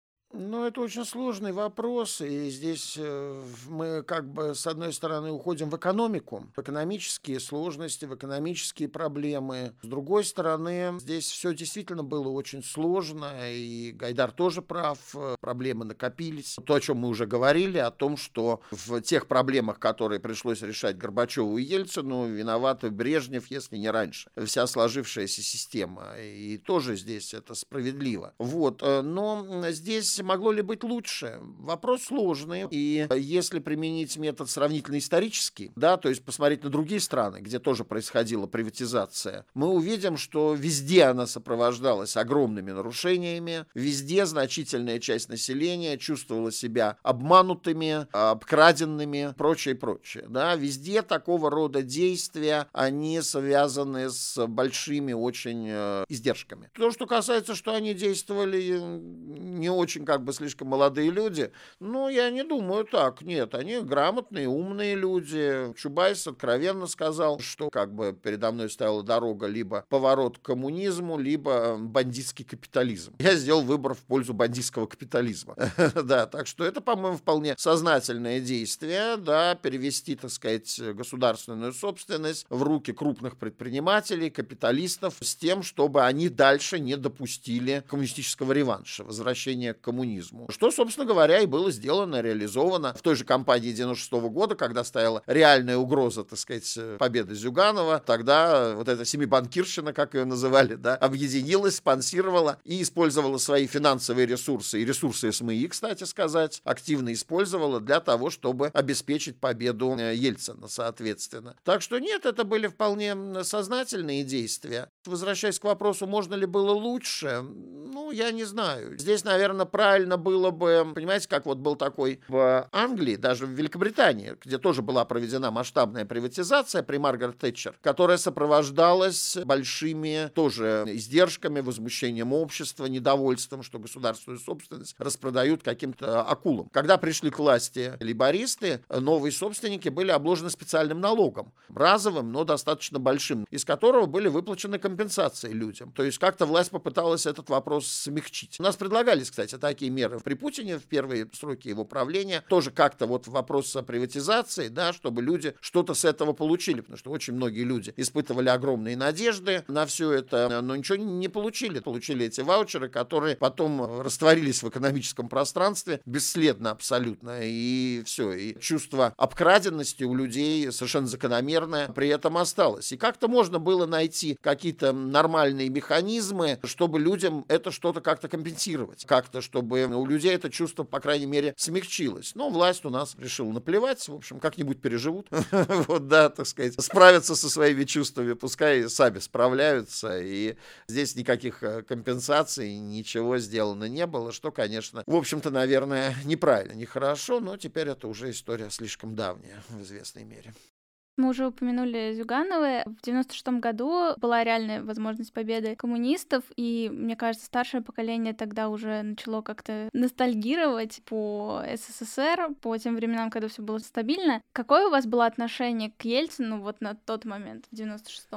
Ну, это очень сложный вопрос, и здесь э, мы как бы с одной стороны уходим в экономику, в экономические сложности, в экономические проблемы. С другой стороны, здесь все действительно было очень сложно, и Гайдар тоже прав, э, проблемы накопились. То, о чем мы уже говорили, о том, что в тех проблемах, которые пришлось решать Горбачеву и Ельцину, виноваты Брежнев, если не раньше. Вся сложившаяся система, и тоже здесь это справедливо. Вот, э, но здесь могло ли быть лучше? Вопрос сложный. И если применить метод сравнительно исторический, да, то есть посмотреть на другие страны, где тоже происходила приватизация, мы увидим, что везде она сопровождалась огромными нарушениями, везде значительная часть населения чувствовала себя обманутыми, обкраденными, прочее, прочее. Да. Везде такого рода действия, они связаны с большими очень издержками. То, что касается, что они действовали не очень как бы слишком молодые люди, ну, я не думаю так, нет, они грамотные, умные люди. Чубайс откровенно сказал, что как бы передо мной стояла дорога либо поворот к коммунизму, либо бандитский капитализм. Я сделал выбор в пользу бандитского капитализма. Да, так что это, по-моему, вполне сознательное действие, да, перевести, так сказать, государственную собственность в руки крупных предпринимателей, капиталистов, с тем, чтобы они дальше не допустили коммунистического реванша, возвращения к коммунизму. Что, собственно говоря, и было сделано, реализовано в той же кампании девяносто шестого года, когда стояла реальная угроза, так сказать, победы Зюганова. Тогда вот эта семибанкирщина, как ее называли, да, объединилась, спонсировала и использовала свои финансовые ресурсы, и ресурсы СМИ, кстати сказать, активно использовала для того, чтобы обеспечить победу Ельцина, соответственно. Так что нет, это были вполне сознательные действия. Возвращаясь к вопросу, можно ли было лучше, ну, я не знаю. Здесь, наверное, правильно было бы, понимаете, как вот был такой в Англии, даже в Великобритании, где тоже была проведена масштабная приватизация при Маргарет Тэтчер, которая сопровождалась большими тоже издержками, возмущением общества, недовольством, что государственную собственность распродают каким-то акулам. Когда пришли к власти лейбористы, новые собственники были обложены специальным налогом, разовым, но достаточно большим, из которого были выплачены компенсации людям. То есть как-то власть попыталась этот вопрос смягчить. У нас предлагались, кстати, такие меры при Путине в первые сроки его правления, тоже как-то вот вопрос о приватизации, да, чтобы люди что-то с этого получили, потому что очень многие люди испытывали огромные надежды на все это, но ничего не получили. Получили эти ваучеры, которые потом растворились в экономическом пространстве бесследно абсолютно, и все, и чувство обкраденности у людей совершенно закономерное при этом осталось. И как-то можно было найти какие-то нормальные механизмы, чтобы людям это что-то как-то компенсировать, как-то, чтобы у людей это чувство, по крайней мере, смягчилось. Но власть у нас решила наплевать, в общем, как-нибудь переживут, вот, да, так сказать, справятся со своими чувствами, пускай сами справляются, и здесь никаких компенсаций, ничего сделано не было, что, конечно, в общем-то, наверное, неправильно, нехорошо, но теперь это уже история слишком давняя в известной мере. Мы уже упомянули Зюганова. В девяносто шестом году была реальная возможность победы коммунистов, и, мне кажется, старшее поколение тогда уже начало как-то ностальгировать по СССР, по тем временам, когда все было стабильно. Какое у вас было отношение к Ельцину вот на тот момент, в девяносто шестом?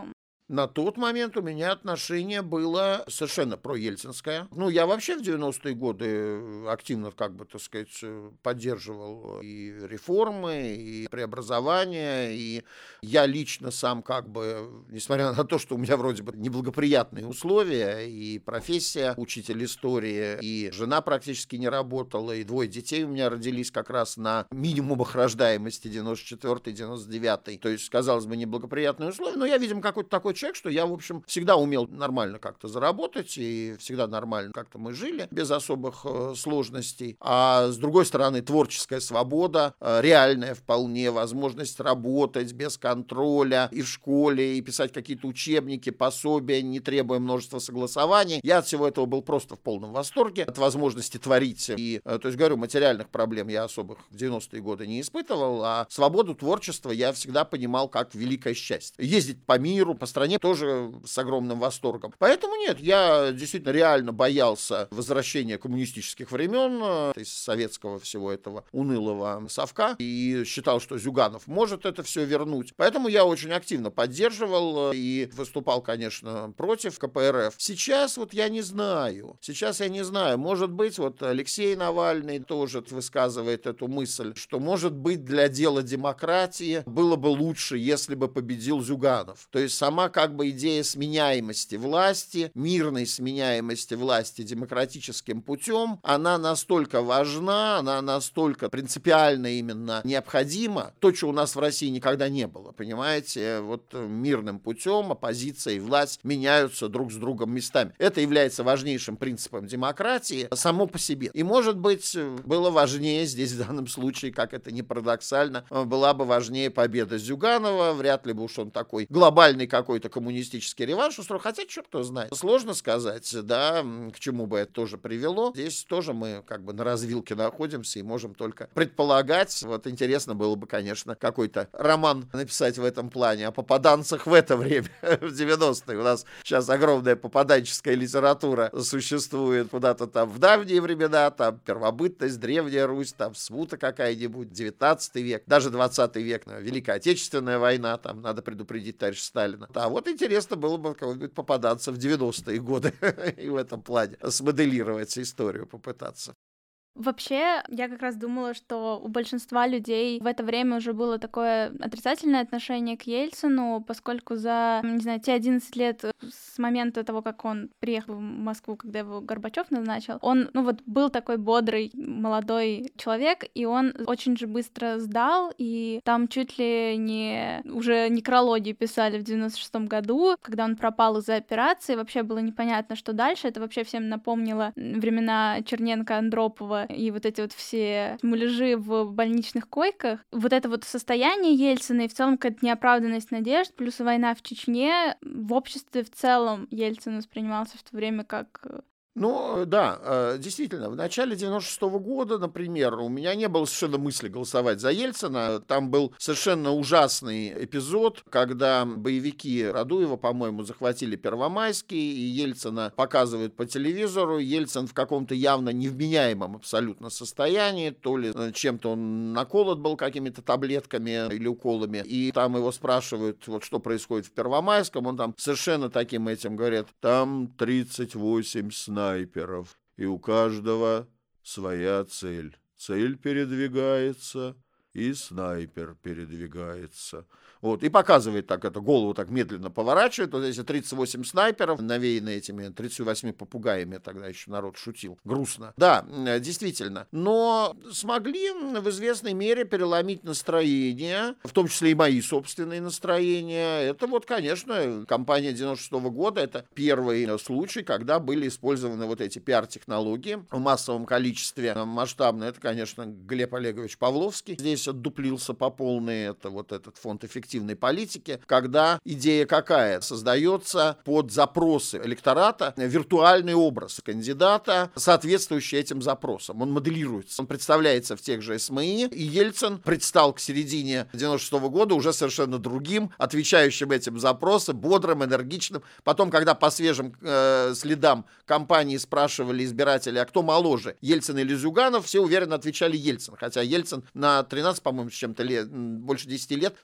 На тот момент у меня отношение было совершенно проельцинское. Ну, я вообще в девяностые годы активно, как бы, так сказать, поддерживал и реформы, и преобразования, и я лично сам, как бы, несмотря на то, что у меня вроде бы неблагоприятные условия, и профессия учитель истории, и жена практически не работала, и двое детей у меня родились как раз на минимумах рождаемости девяносто четвёртый девяносто девятый, то есть, казалось бы, неблагоприятные условия, но я, видимо, какой-то такой человек, что я, в общем, всегда умел нормально как-то заработать, и всегда нормально как-то мы жили, без особых э, сложностей. А с другой стороны, творческая свобода, э, реальная вполне, возможность работать без контроля и в школе, и писать какие-то учебники, пособия, не требуя множества согласований. Я от всего этого был просто в полном восторге, от возможности творить. И, э, то есть, говорю, материальных проблем я особых в девяностые годы не испытывал, а свободу творчества я всегда понимал как великое счастье. Ездить по миру, по стране тоже с огромным восторгом. Поэтому нет, я действительно реально боялся возвращения коммунистических времен, из советского всего этого унылого совка, и считал, что Зюганов может это все вернуть. Поэтому я очень активно поддерживал и выступал, конечно, против ка пэ эр эф. Сейчас вот я не знаю. Сейчас я не знаю. Может быть, вот Алексей Навальный тоже высказывает эту мысль, что, может быть, для дела демократии было бы лучше, если бы победил Зюганов. То есть сама как бы идея сменяемости власти, мирной сменяемости власти демократическим путем, она настолько важна, она настолько принципиально именно необходима, то, что у нас в России никогда не было, понимаете? Вот мирным путем оппозиция и власть меняются друг с другом местами. Это является важнейшим принципом демократии само по себе. И, может быть, было важнее здесь в данном случае, как это ни парадоксально, была бы важнее победа Зюганова, вряд ли бы уж он такой глобальный какой-то коммунистический реванш устроил, хотя черт его знает. Сложно сказать, да, к чему бы это тоже привело. Здесь тоже мы как бы на развилке находимся и можем только предполагать. Вот интересно было бы, конечно, какой-то роман написать в этом плане о попаданцах в это время, в девяностые. У нас сейчас огромная попаданческая литература существует куда-то там в давние времена, там первобытность, Древняя Русь, там смута какая-нибудь, девятнадцатый век, даже двадцатый век, Великая Отечественная война, там надо предупредить товарища Сталина. А вот интересно было бы кого-нибудь попадаться в девяностые годы и в этом плане смоделировать историю, попытаться. Вообще, я как раз думала, что у большинства людей в это время уже было такое отрицательное отношение к Ельцину, поскольку за, не знаю, те одиннадцать лет с момента того, как он приехал в Москву, когда его Горбачев назначил, он, ну вот, был такой бодрый молодой человек, и он очень же быстро сдал, и там чуть ли не уже некрологи писали в девяносто шестом году, когда он пропал из-за операции, вообще было непонятно, что дальше, это вообще всем напомнило времена Черненко-Андропова, и вот эти вот все муляжи в больничных койках. Вот это вот состояние Ельцина и в целом какая-то неоправданность надежд, плюс война в Чечне, в обществе в целом Ельцин воспринимался в то время как... Ну, да, действительно, в начале девяносто шестого года, например, у меня не было совершенно мысли голосовать за Ельцина. Там был совершенно ужасный эпизод, когда боевики Радуева, по-моему, захватили Первомайский, и Ельцина показывают по телевизору. Ельцин в каком-то явно невменяемом абсолютно состоянии, то ли чем-то он наколот был какими-то таблетками или уколами, и там его спрашивают, вот что происходит в Первомайском, он там совершенно таким этим говорит, там тридцать восемь снайперов. снайперов, и у каждого своя цель. Цель передвигается, и снайпер передвигается. Вот, и показывает так это, голову так медленно поворачивает. Вот эти тридцать восемь снайперов, навеянные этими тридцатью восьмью попугаями, тогда еще народ шутил. Грустно. Да, действительно. Но смогли в известной мере переломить настроение, в том числе и мои собственные настроения. Это вот, конечно, кампания девяносто шестого года, это первый случай, когда были использованы вот эти пиар-технологии в массовом количестве, масштабно. Это, конечно, Глеб Олегович Павловский здесь отдуплился по полной. Это вот этот фонд эффективности политики, когда идея какая? Создается под запросы электората виртуальный образ кандидата, соответствующий этим запросам. Он моделируется, он представляется в тех же эс эм и, и Ельцин предстал к середине девяносто шестого года уже совершенно другим, отвечающим этим запросам, бодрым, энергичным. Потом, когда по свежим э, следам кампании спрашивали избиратели, а кто моложе, Ельцин или Зюганов, все уверенно отвечали Ельцин, хотя Ельцин на тринадцать, по-моему, с чем-то лет, больше десяти лет старше Зюганова.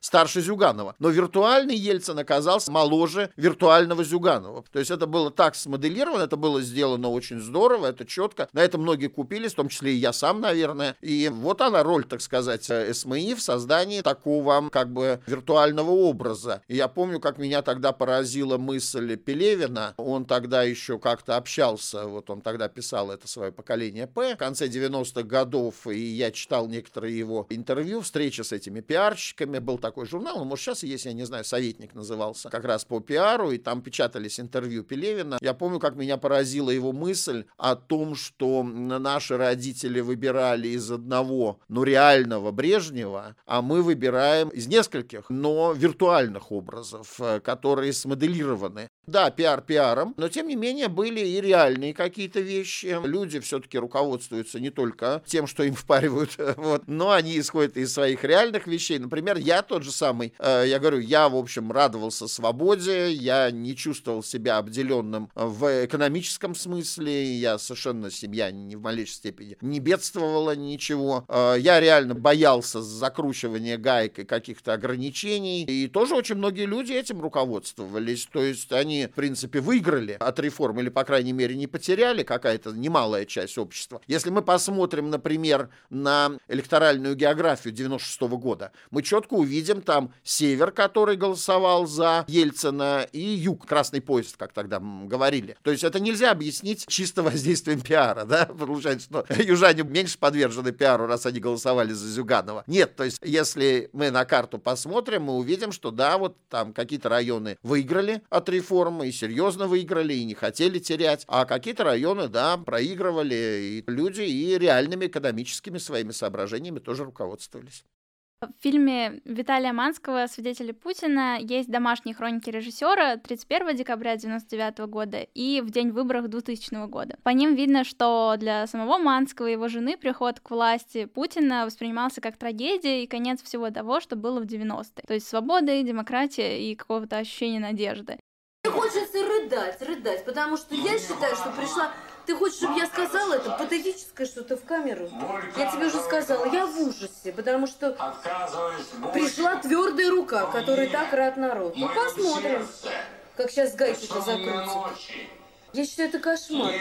Зюганова. Но виртуальный Ельцин оказался моложе виртуального Зюганова. То есть это было так смоделировано, это было сделано очень здорово, это четко. На это многие купились, в том числе и я сам, наверное. И вот она роль, так сказать, СМИ в создании такого как бы виртуального образа. И я помню, как меня тогда поразила мысль Пелевина. Он тогда еще как-то общался, вот он тогда писал это свое поколение П в конце девяностых годов, и я читал некоторые его интервью, встречи с этими пиарщиками. Был такой журнал, ну, может, сейчас есть, я не знаю, «Советник» назывался, как раз по пиару, и там печатались интервью Пелевина. Я помню, как меня поразила его мысль о том, что наши родители выбирали из одного, ну, реального Брежнева, а мы выбираем из нескольких, но виртуальных образов, которые смоделированы. Да, пиар пиаром, но тем не менее были и реальные какие-то вещи. Люди все-таки руководствуются не только тем, что им впаривают, вот, но они исходят из своих реальных вещей. Например, я тот же самый, э, я говорю, я, в общем, радовался свободе, я не чувствовал себя обделенным в экономическом смысле, я совершенно, семья ни в малейшей степени не бедствовала ничего. Э, я реально боялся закручивания гаек и каких-то ограничений, и тоже очень многие люди этим руководствовались, то есть они Они, в принципе, выиграли от реформ, или, по крайней мере, не потеряли какая-то немалая часть общества. Если мы посмотрим, например, на электоральную географию девяносто шестого года, мы четко увидим там север, который голосовал за Ельцина, и юг, красный поезд, как тогда говорили. То есть это нельзя объяснить чисто воздействием пиара, да? Получается, что южане меньше подвержены пиару, раз они голосовали за Зюганова. Нет, то есть если мы на карту посмотрим, мы увидим, что да, вот там какие-то районы выиграли от реформ, и серьезно выиграли, и не хотели терять, а какие-то районы, да, проигрывали, и люди и реальными экономическими своими соображениями тоже руководствовались. В фильме Виталия Манского «Свидетели Путина» есть домашние хроники режиссера тридцать первого декабря девяносто девятого года и в день выборов двухтысячного года. По ним видно, что для самого Манского и его жены приход к власти Путина воспринимался как трагедия и конец всего того, что было в девяностые. То есть свободы, демократия и какого-то ощущения надежды. Мне хочется рыдать, рыдать, потому что я считаю, что пришла... Ты хочешь, чтобы я сказала это патетическое что-то в камеру? Я тебе уже сказала, я в ужасе, потому что пришла твердая рука, которой так рад народ. Ну, посмотрим, как сейчас гайки-то закрутят. Я считаю, это кошмар.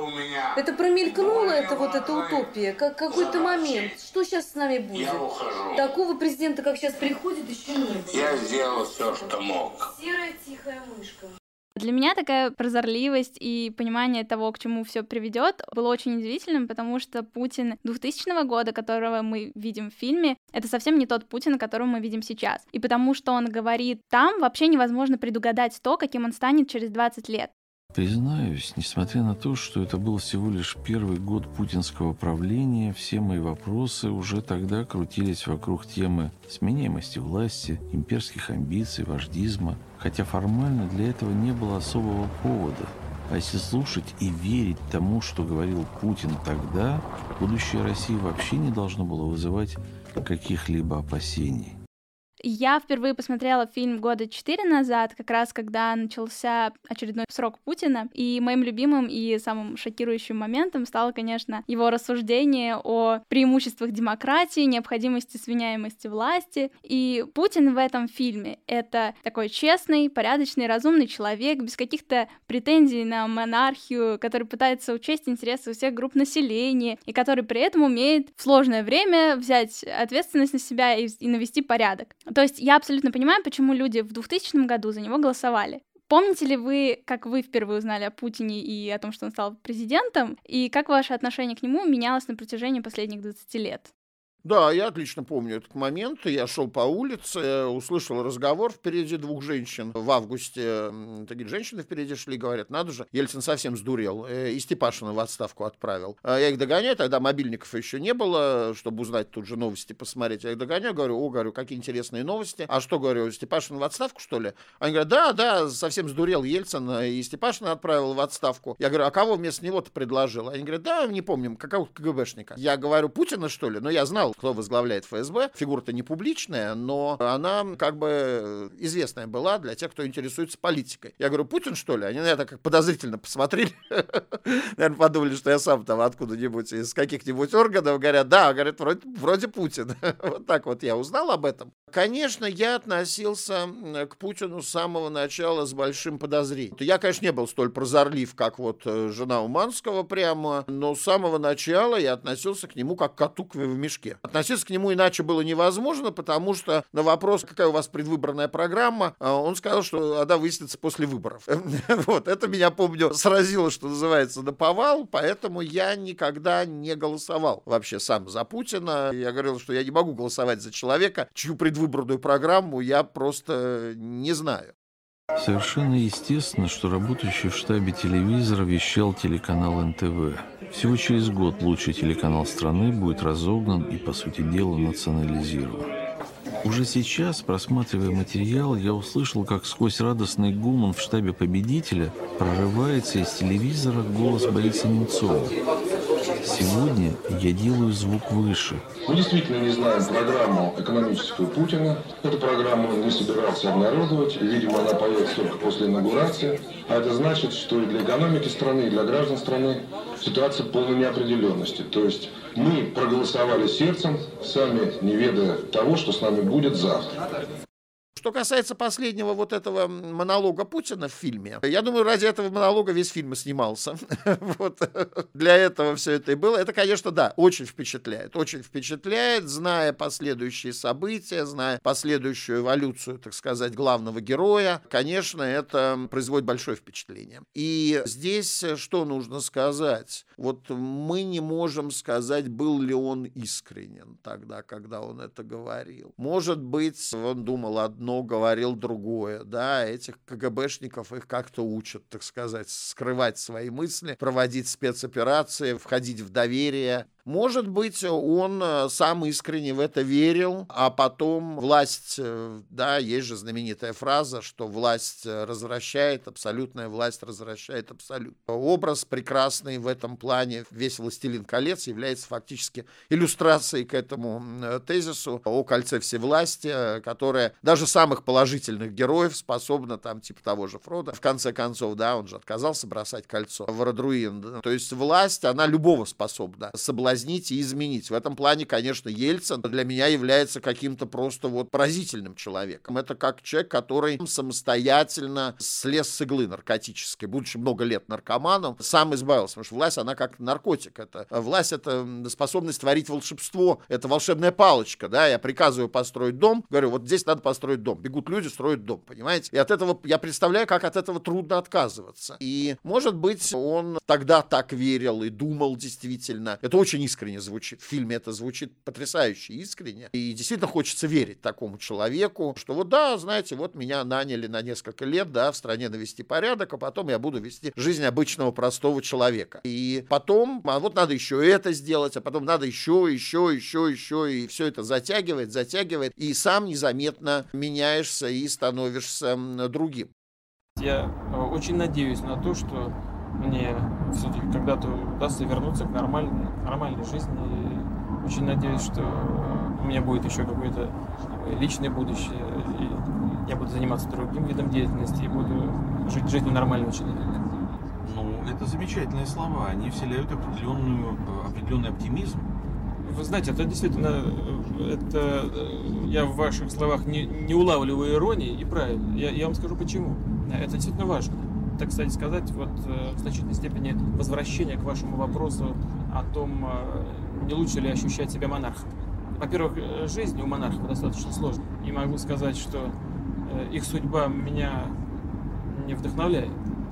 Это промелькнуло, это вот эта утопия, как какой-то момент. Что сейчас с нами будет? Такого президента, как сейчас приходит, еще нет. Я сделал все, что мог. Серая тихая мышка. Для меня такая прозорливость и понимание того, к чему все приведет, было очень удивительным, потому что Путин двухтысячного года, которого мы видим в фильме, это совсем не тот Путин, которого мы видим сейчас. И потому что он говорит там, вообще невозможно предугадать то, каким он станет через двадцать лет. Признаюсь, несмотря на то, что это был всего лишь первый год путинского правления, все мои вопросы уже тогда крутились вокруг темы сменяемости власти, имперских амбиций, вождизма, хотя формально для этого не было особого повода. А если слушать и верить тому, что говорил Путин тогда, будущее России вообще не должно было вызывать каких-либо опасений. Я впервые посмотрела фильм года четыре назад, как раз когда начался очередной срок Путина, и моим любимым и самым шокирующим моментом стало, конечно, его рассуждение о преимуществах демократии, необходимости сменяемости власти, и Путин в этом фильме — это такой честный, порядочный, разумный человек, без каких-то претензий на монархию, который пытается учесть интересы всех групп населения, и который при этом умеет в сложное время взять ответственность на себя и, и навести порядок. То есть я абсолютно понимаю, почему люди в двухтысячном году за него голосовали. Помните ли вы, как вы впервые узнали о Путине и о том, что он стал президентом, и как ваше отношение к нему менялось на протяжении последних двадцати лет? Да, я отлично помню этот момент. Я шел по улице, услышал разговор впереди двух женщин. В августе такие женщины впереди шли, говорят, надо же, Ельцин совсем сдурел, и Степашина в отставку отправил. Я их догоняю, тогда мобильников еще не было, чтобы узнать тут же новости, посмотреть. Я их догоняю, говорю, о, говорю, какие интересные новости. А что, говорю, Степашин в отставку, что ли? Они говорят, да, да, совсем сдурел Ельцин, и Степашина отправил в отставку. Я говорю, а кого вместо него-то предложил? Они говорят, да, не помним, какого КГБшника. Я говорю, Путина, что ли? Но я знал узнал, кто возглавляет эф эс бэ. Фигура-то не публичная, но она как бы известная была для тех, кто интересуется политикой. Я говорю, Путин, что ли? Они на это как подозрительно посмотрели. Наверное, подумали, что я сам там откуда-нибудь из каких-нибудь органов. Говорят, да, говорят, вроде, вроде Путин. Вот так вот я узнал об этом. Конечно, я относился к Путину с самого начала с большим подозрением. Я, конечно, не был столь прозорлив, как вот жена Уманского прямо, но с самого начала я относился к нему как к коту в мешке. Относиться к нему иначе было невозможно, потому что на вопрос, какая у вас предвыборная программа, он сказал, что она выяснится после выборов. Вот, это меня, помню, сразило, что называется, наповал, поэтому я никогда не голосовал вообще сам за Путина. Я говорил, что я не могу голосовать за человека, чью предвыборную программу я просто не знаю. Совершенно естественно, что работающий в штабе телевизора вещал телеканал эн тэ вэ. Всего через год лучший телеканал страны будет разогнан и, по сути дела, национализирован. Уже сейчас, просматривая материал, я услышал, как сквозь радостный гомон в штабе победителя прорывается из телевизора голос Бориса Немцова. Сегодня я делаю звук выше. Мы действительно не знаем программу экономическую Путина. Эту программу он не собирался обнародовать. Видимо, она появится только после инаугурации. А это значит, что и для экономики страны, и для граждан страны ситуация полной неопределенности. То есть мы проголосовали сердцем, сами не ведая того, что с нами будет завтра. Что касается последнего вот этого монолога Путина в фильме, я думаю, ради этого монолога весь фильм и снимался. Вот. Для этого все это и было. Это, конечно, да, очень впечатляет. Очень впечатляет, зная последующие события, зная последующую эволюцию, так сказать, главного героя. Конечно, это производит большое впечатление. И здесь что нужно сказать? Вот мы не можем сказать, был ли он искренен тогда, когда он это говорил. Может быть, он думал одно, говорил другое, да, этих ка гэ бэшников их как-то учат, так сказать, скрывать свои мысли, проводить спецоперации, входить в доверие. Может быть, он сам искренне в это верил, а потом власть, да, есть же знаменитая фраза, что власть развращает, абсолютная власть развращает абсолют. Образ прекрасный в этом плане, весь «Властелин колец» является фактически иллюстрацией к этому тезису о кольце всевластия, которое даже самых положительных героев способна, там, типа того же Фрода, в конце концов, да, он же отказался бросать кольцо в Родруин. Да? То есть власть, она любого способна соблазнить и изменить. В этом плане, конечно, Ельцин для меня является каким-то просто вот поразительным человеком. Это как человек, который самостоятельно слез с иглы наркотической, будучи много лет наркоманом, сам избавился. Потому что власть, она как наркотик. Это, власть — это способность творить волшебство. Это волшебная палочка. Да? Я приказываю построить дом, говорю, вот здесь надо построить дом. Бегут люди, строят дом, понимаете? И от этого я представляю, как от этого трудно отказываться. И, может быть, он тогда так верил и думал действительно. Это очень искренне звучит. В фильме это звучит потрясающе искренне. И действительно хочется верить такому человеку, что вот да, знаете, вот меня наняли на несколько лет, да, в стране навести порядок, а потом я буду вести жизнь обычного простого человека. И потом, а вот надо еще это сделать, а потом надо еще, еще, еще, еще, и все это затягивает, затягивает, и сам незаметно меняешься и становишься другим. Я очень надеюсь на то, что мне все-таки когда-то удастся вернуться к нормальной, нормальной жизни. И очень надеюсь, что у меня будет еще какое-то личное будущее. И я буду заниматься другим видом деятельности и буду жить жизнью нормального человека. Ну, это замечательные слова. Они вселяют определенную, определенный оптимизм. Вы знаете, это действительно, это, я в ваших словах не, не улавливаю иронии, и правильно. Я, я вам скажу почему. Это действительно важно. Так, кстати, сказать, вот в значительной степени возвращение к вашему вопросу о том, не лучше ли ощущать себя монархом. Во-первых, жизнь у монархов достаточно сложная. И могу сказать, что их судьба меня не вдохновляет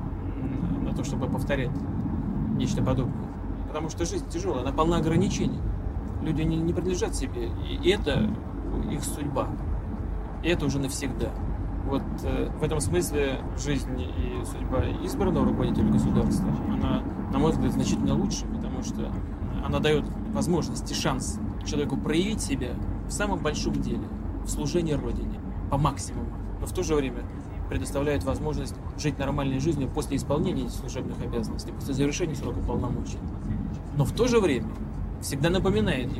на то, чтобы повторять нечто подобное. Потому что жизнь тяжелая, она полна ограничений. Люди не, не принадлежат себе, и это их судьба. И это уже навсегда. Вот э, в этом смысле жизнь и судьба избранного руководителя государства, она, на мой взгляд, значительно лучше, потому что она дает возможность и шанс человеку проявить себя в самом большом деле, в служении Родине, по максимуму, но в то же время предоставляет возможность жить нормальной жизнью после исполнения этих служебных обязанностей, после завершения срока полномочий. Но в то же время всегда напоминает ему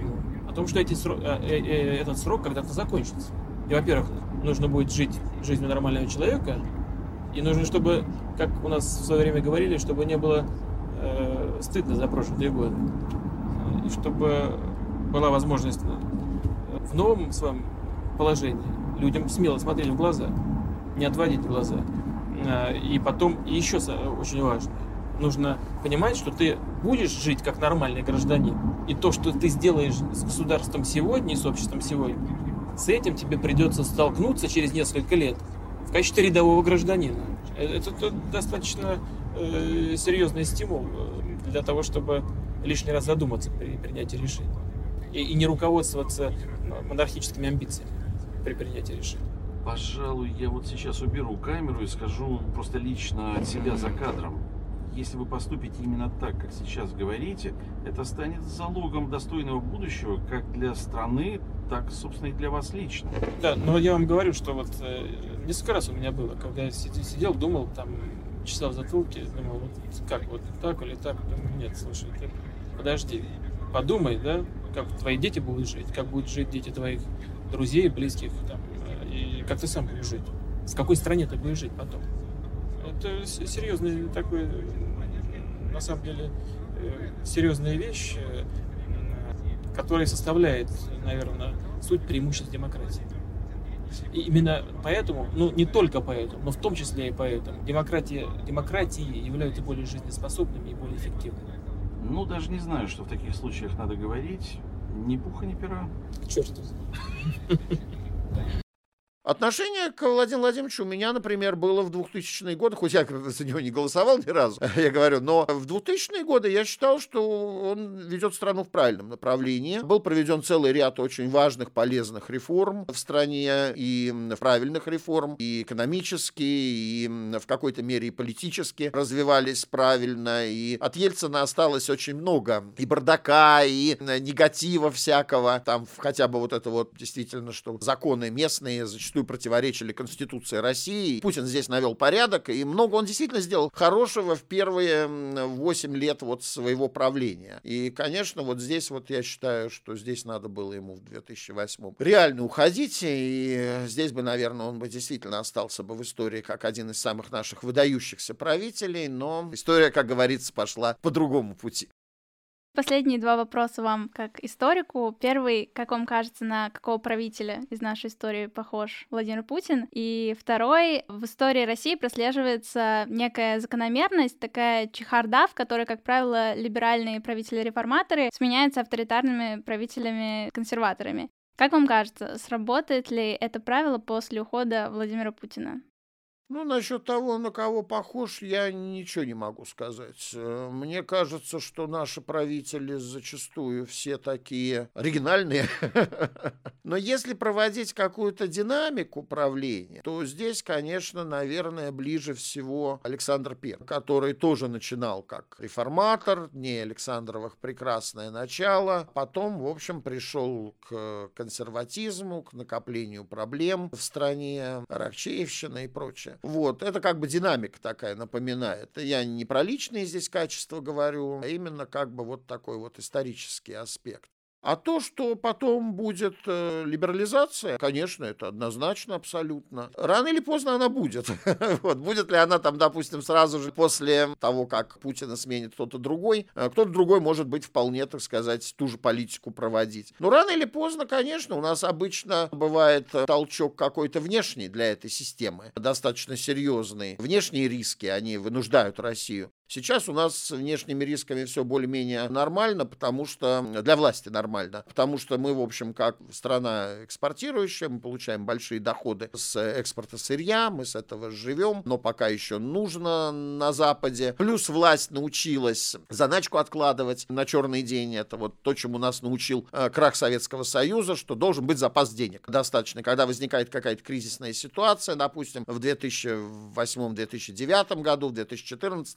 о том, что эти сро- э, э, этот срок когда-то закончится. И, во-первых, нужно будет жить жизнью нормального человека, и нужно, чтобы, как у нас в свое время говорили, чтобы не было э, стыдно за прошлые годы. И чтобы была возможность в новом своем положении людям смело смотреть в глаза, не отводить глаза. И потом, и еще очень важно, нужно понимать, что ты будешь жить как нормальный гражданин. И то, что ты сделаешь с государством сегодня и с обществом сегодня, с этим тебе придется столкнуться через несколько лет в качестве рядового гражданина. Это, это достаточно э, серьезный стимул для того, чтобы лишний раз задуматься при принятии решений. И, и не руководствоваться монархическими амбициями при принятии решений. Пожалуй, я вот сейчас уберу камеру и скажу просто лично от себя за кадром. Если вы поступите именно так, как сейчас говорите, это станет залогом достойного будущего как для страны, так, собственно, и для вас лично. Да, но я вам говорю, что вот э, несколько раз у меня было, когда я сидел, думал, там, чесал в затылке, думал, вот как, вот так или так. Думаю, нет, слушай, ты подожди, подумай, да, как твои дети будут жить, как будут жить дети твоих друзей, близких, там, и как ты сам будешь жить, в какой стране ты будешь жить потом. Это серьезный такой, на самом деле, серьезная вещь, которая составляет, наверное, суть преимуществ демократии. И именно поэтому, ну не только поэтому, но в том числе и поэтому, демократия, демократии являются более жизнеспособными и более эффективными. Ну, даже не знаю, что в таких случаях надо говорить. Ни пуха, ни пера. Черт. Отношение к Владимиру Владимировичу у меня, например, было в двухтысячные годы, хоть я за него не голосовал ни разу, я говорю, но в двухтысячные годы я считал, что он ведет страну в правильном направлении. Был проведен целый ряд очень важных, полезных реформ в стране, и правильных реформ, и экономические, и в какой-то мере и политически развивались правильно, и от Ельцина осталось очень много и бардака, и негатива всякого, там хотя бы вот это вот действительно, что законы местные зачастую противоречили Конституции России. Путин здесь навел порядок, и много он действительно сделал хорошего в первые восемь лет вот своего правления. И, конечно, вот здесь вот я считаю, что здесь надо было ему в две тысячи восьмом реально уходить, и здесь бы, наверное, он бы действительно остался бы в истории как один из самых наших выдающихся правителей, но история, как говорится, пошла по другому пути. Последние два вопроса вам как историку. Первый, как вам кажется, на какого правителя из нашей истории похож Владимир Путин? И второй, в истории России прослеживается некая закономерность, такая чехарда, в которой, как правило, либеральные правители-реформаторы сменяются авторитарными правителями-консерваторами. Как вам кажется, сработает ли это правило после ухода Владимира Путина? Ну, насчет того, на кого похож, я ничего не могу сказать. Мне кажется, что наши правители зачастую все такие оригинальные. Но если проводить какую-то динамику правления, то здесь, конечно, наверное, ближе всего Александр Первый, который тоже начинал как реформатор, дней Александровых прекрасное начало, потом, в общем, пришел к консерватизму, к накоплению проблем в стране, Аракчеевщина и прочее. Вот, это как бы динамика такая напоминает. Я не про личные здесь качества говорю, а именно как бы вот такой вот исторический аспект. А то, что потом будет э, либерализация, конечно, это однозначно, абсолютно. Рано или поздно она будет. Вот. Будет ли она там, допустим, сразу же после того, как Путина сменит кто-то другой, кто-то другой может быть вполне, так сказать, ту же политику проводить. Но рано или поздно, конечно, у нас обычно бывает толчок какой-то внешний для этой системы, достаточно серьезный. Внешние риски, они вынуждают Россию. Сейчас у нас с внешними рисками все более-менее нормально, потому что для власти нормально, потому что мы, в общем, как страна экспортирующая, мы получаем большие доходы с экспорта сырья, мы с этого живем, но пока еще нужно на Западе. Плюс власть научилась заначку откладывать на черный день. Это вот то, чему нас научил э, крах Советского Союза, что должен быть запас денег достаточно. Когда возникает какая-то кризисная ситуация, допустим, в две тысячи восьмом — две тысячи девятом году, в две тысячи четырнадцатом, черпать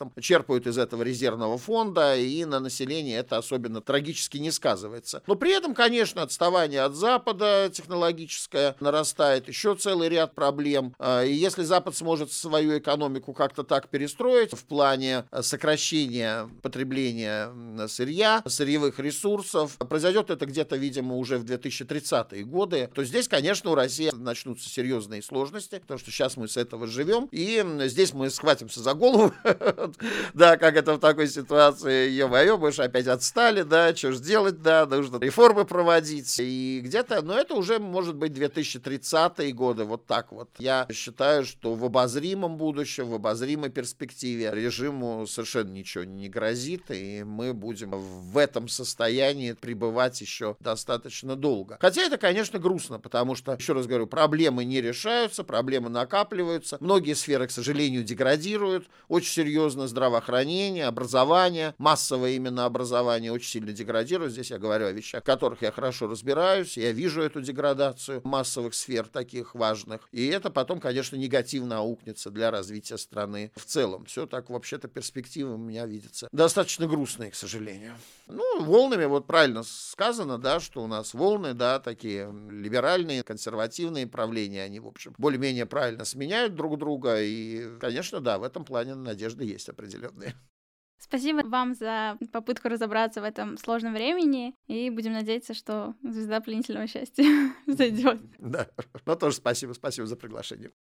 черпают из этого резервного фонда, и на населении это особенно трагически не сказывается. Но при этом, конечно, отставание от Запада технологическое нарастает, еще целый ряд проблем. И если Запад сможет свою экономику как-то так перестроить в плане сокращения потребления сырья, сырьевых ресурсов, произойдет это где-то, видимо, уже в две тысячи тридцатые годы, то здесь, конечно, у России начнутся серьезные сложности, потому что сейчас мы с этого живем, и здесь мы схватимся за голову, да, как это в такой ситуации, ё-моё, мы же опять отстали, да, что ж делать, да, нужно реформы проводить, и где-то, но это уже может быть две тысячи тридцатые годы, вот так вот. Я считаю, что в обозримом будущем, в обозримой перспективе режиму совершенно ничего не грозит, и мы будем в этом состоянии пребывать еще достаточно долго. Хотя это, конечно, грустно, потому что, еще раз говорю, проблемы не решаются, проблемы накапливаются, многие сферы, к сожалению, деградируют, очень серьезно здравоохранение, образование, массовое именно образование очень сильно деградирует. Здесь я говорю о вещах, в которых я хорошо разбираюсь, я вижу эту деградацию массовых сфер таких важных, и это потом, конечно, негативно аукнется для развития страны в целом. Все так, вообще-то, перспективы у меня видятся достаточно грустные, к сожалению. Ну, волнами, вот правильно сказано, да, что у нас волны, да, такие либеральные, консервативные правления, они, в общем, более-менее правильно сменяют друг друга, и, конечно, да, в этом плане надежды есть определенные. Спасибо вам за попытку разобраться в этом сложном времени, и будем надеяться, что звезда пленительного счастья взойдет. Да, ну тоже спасибо, спасибо за приглашение.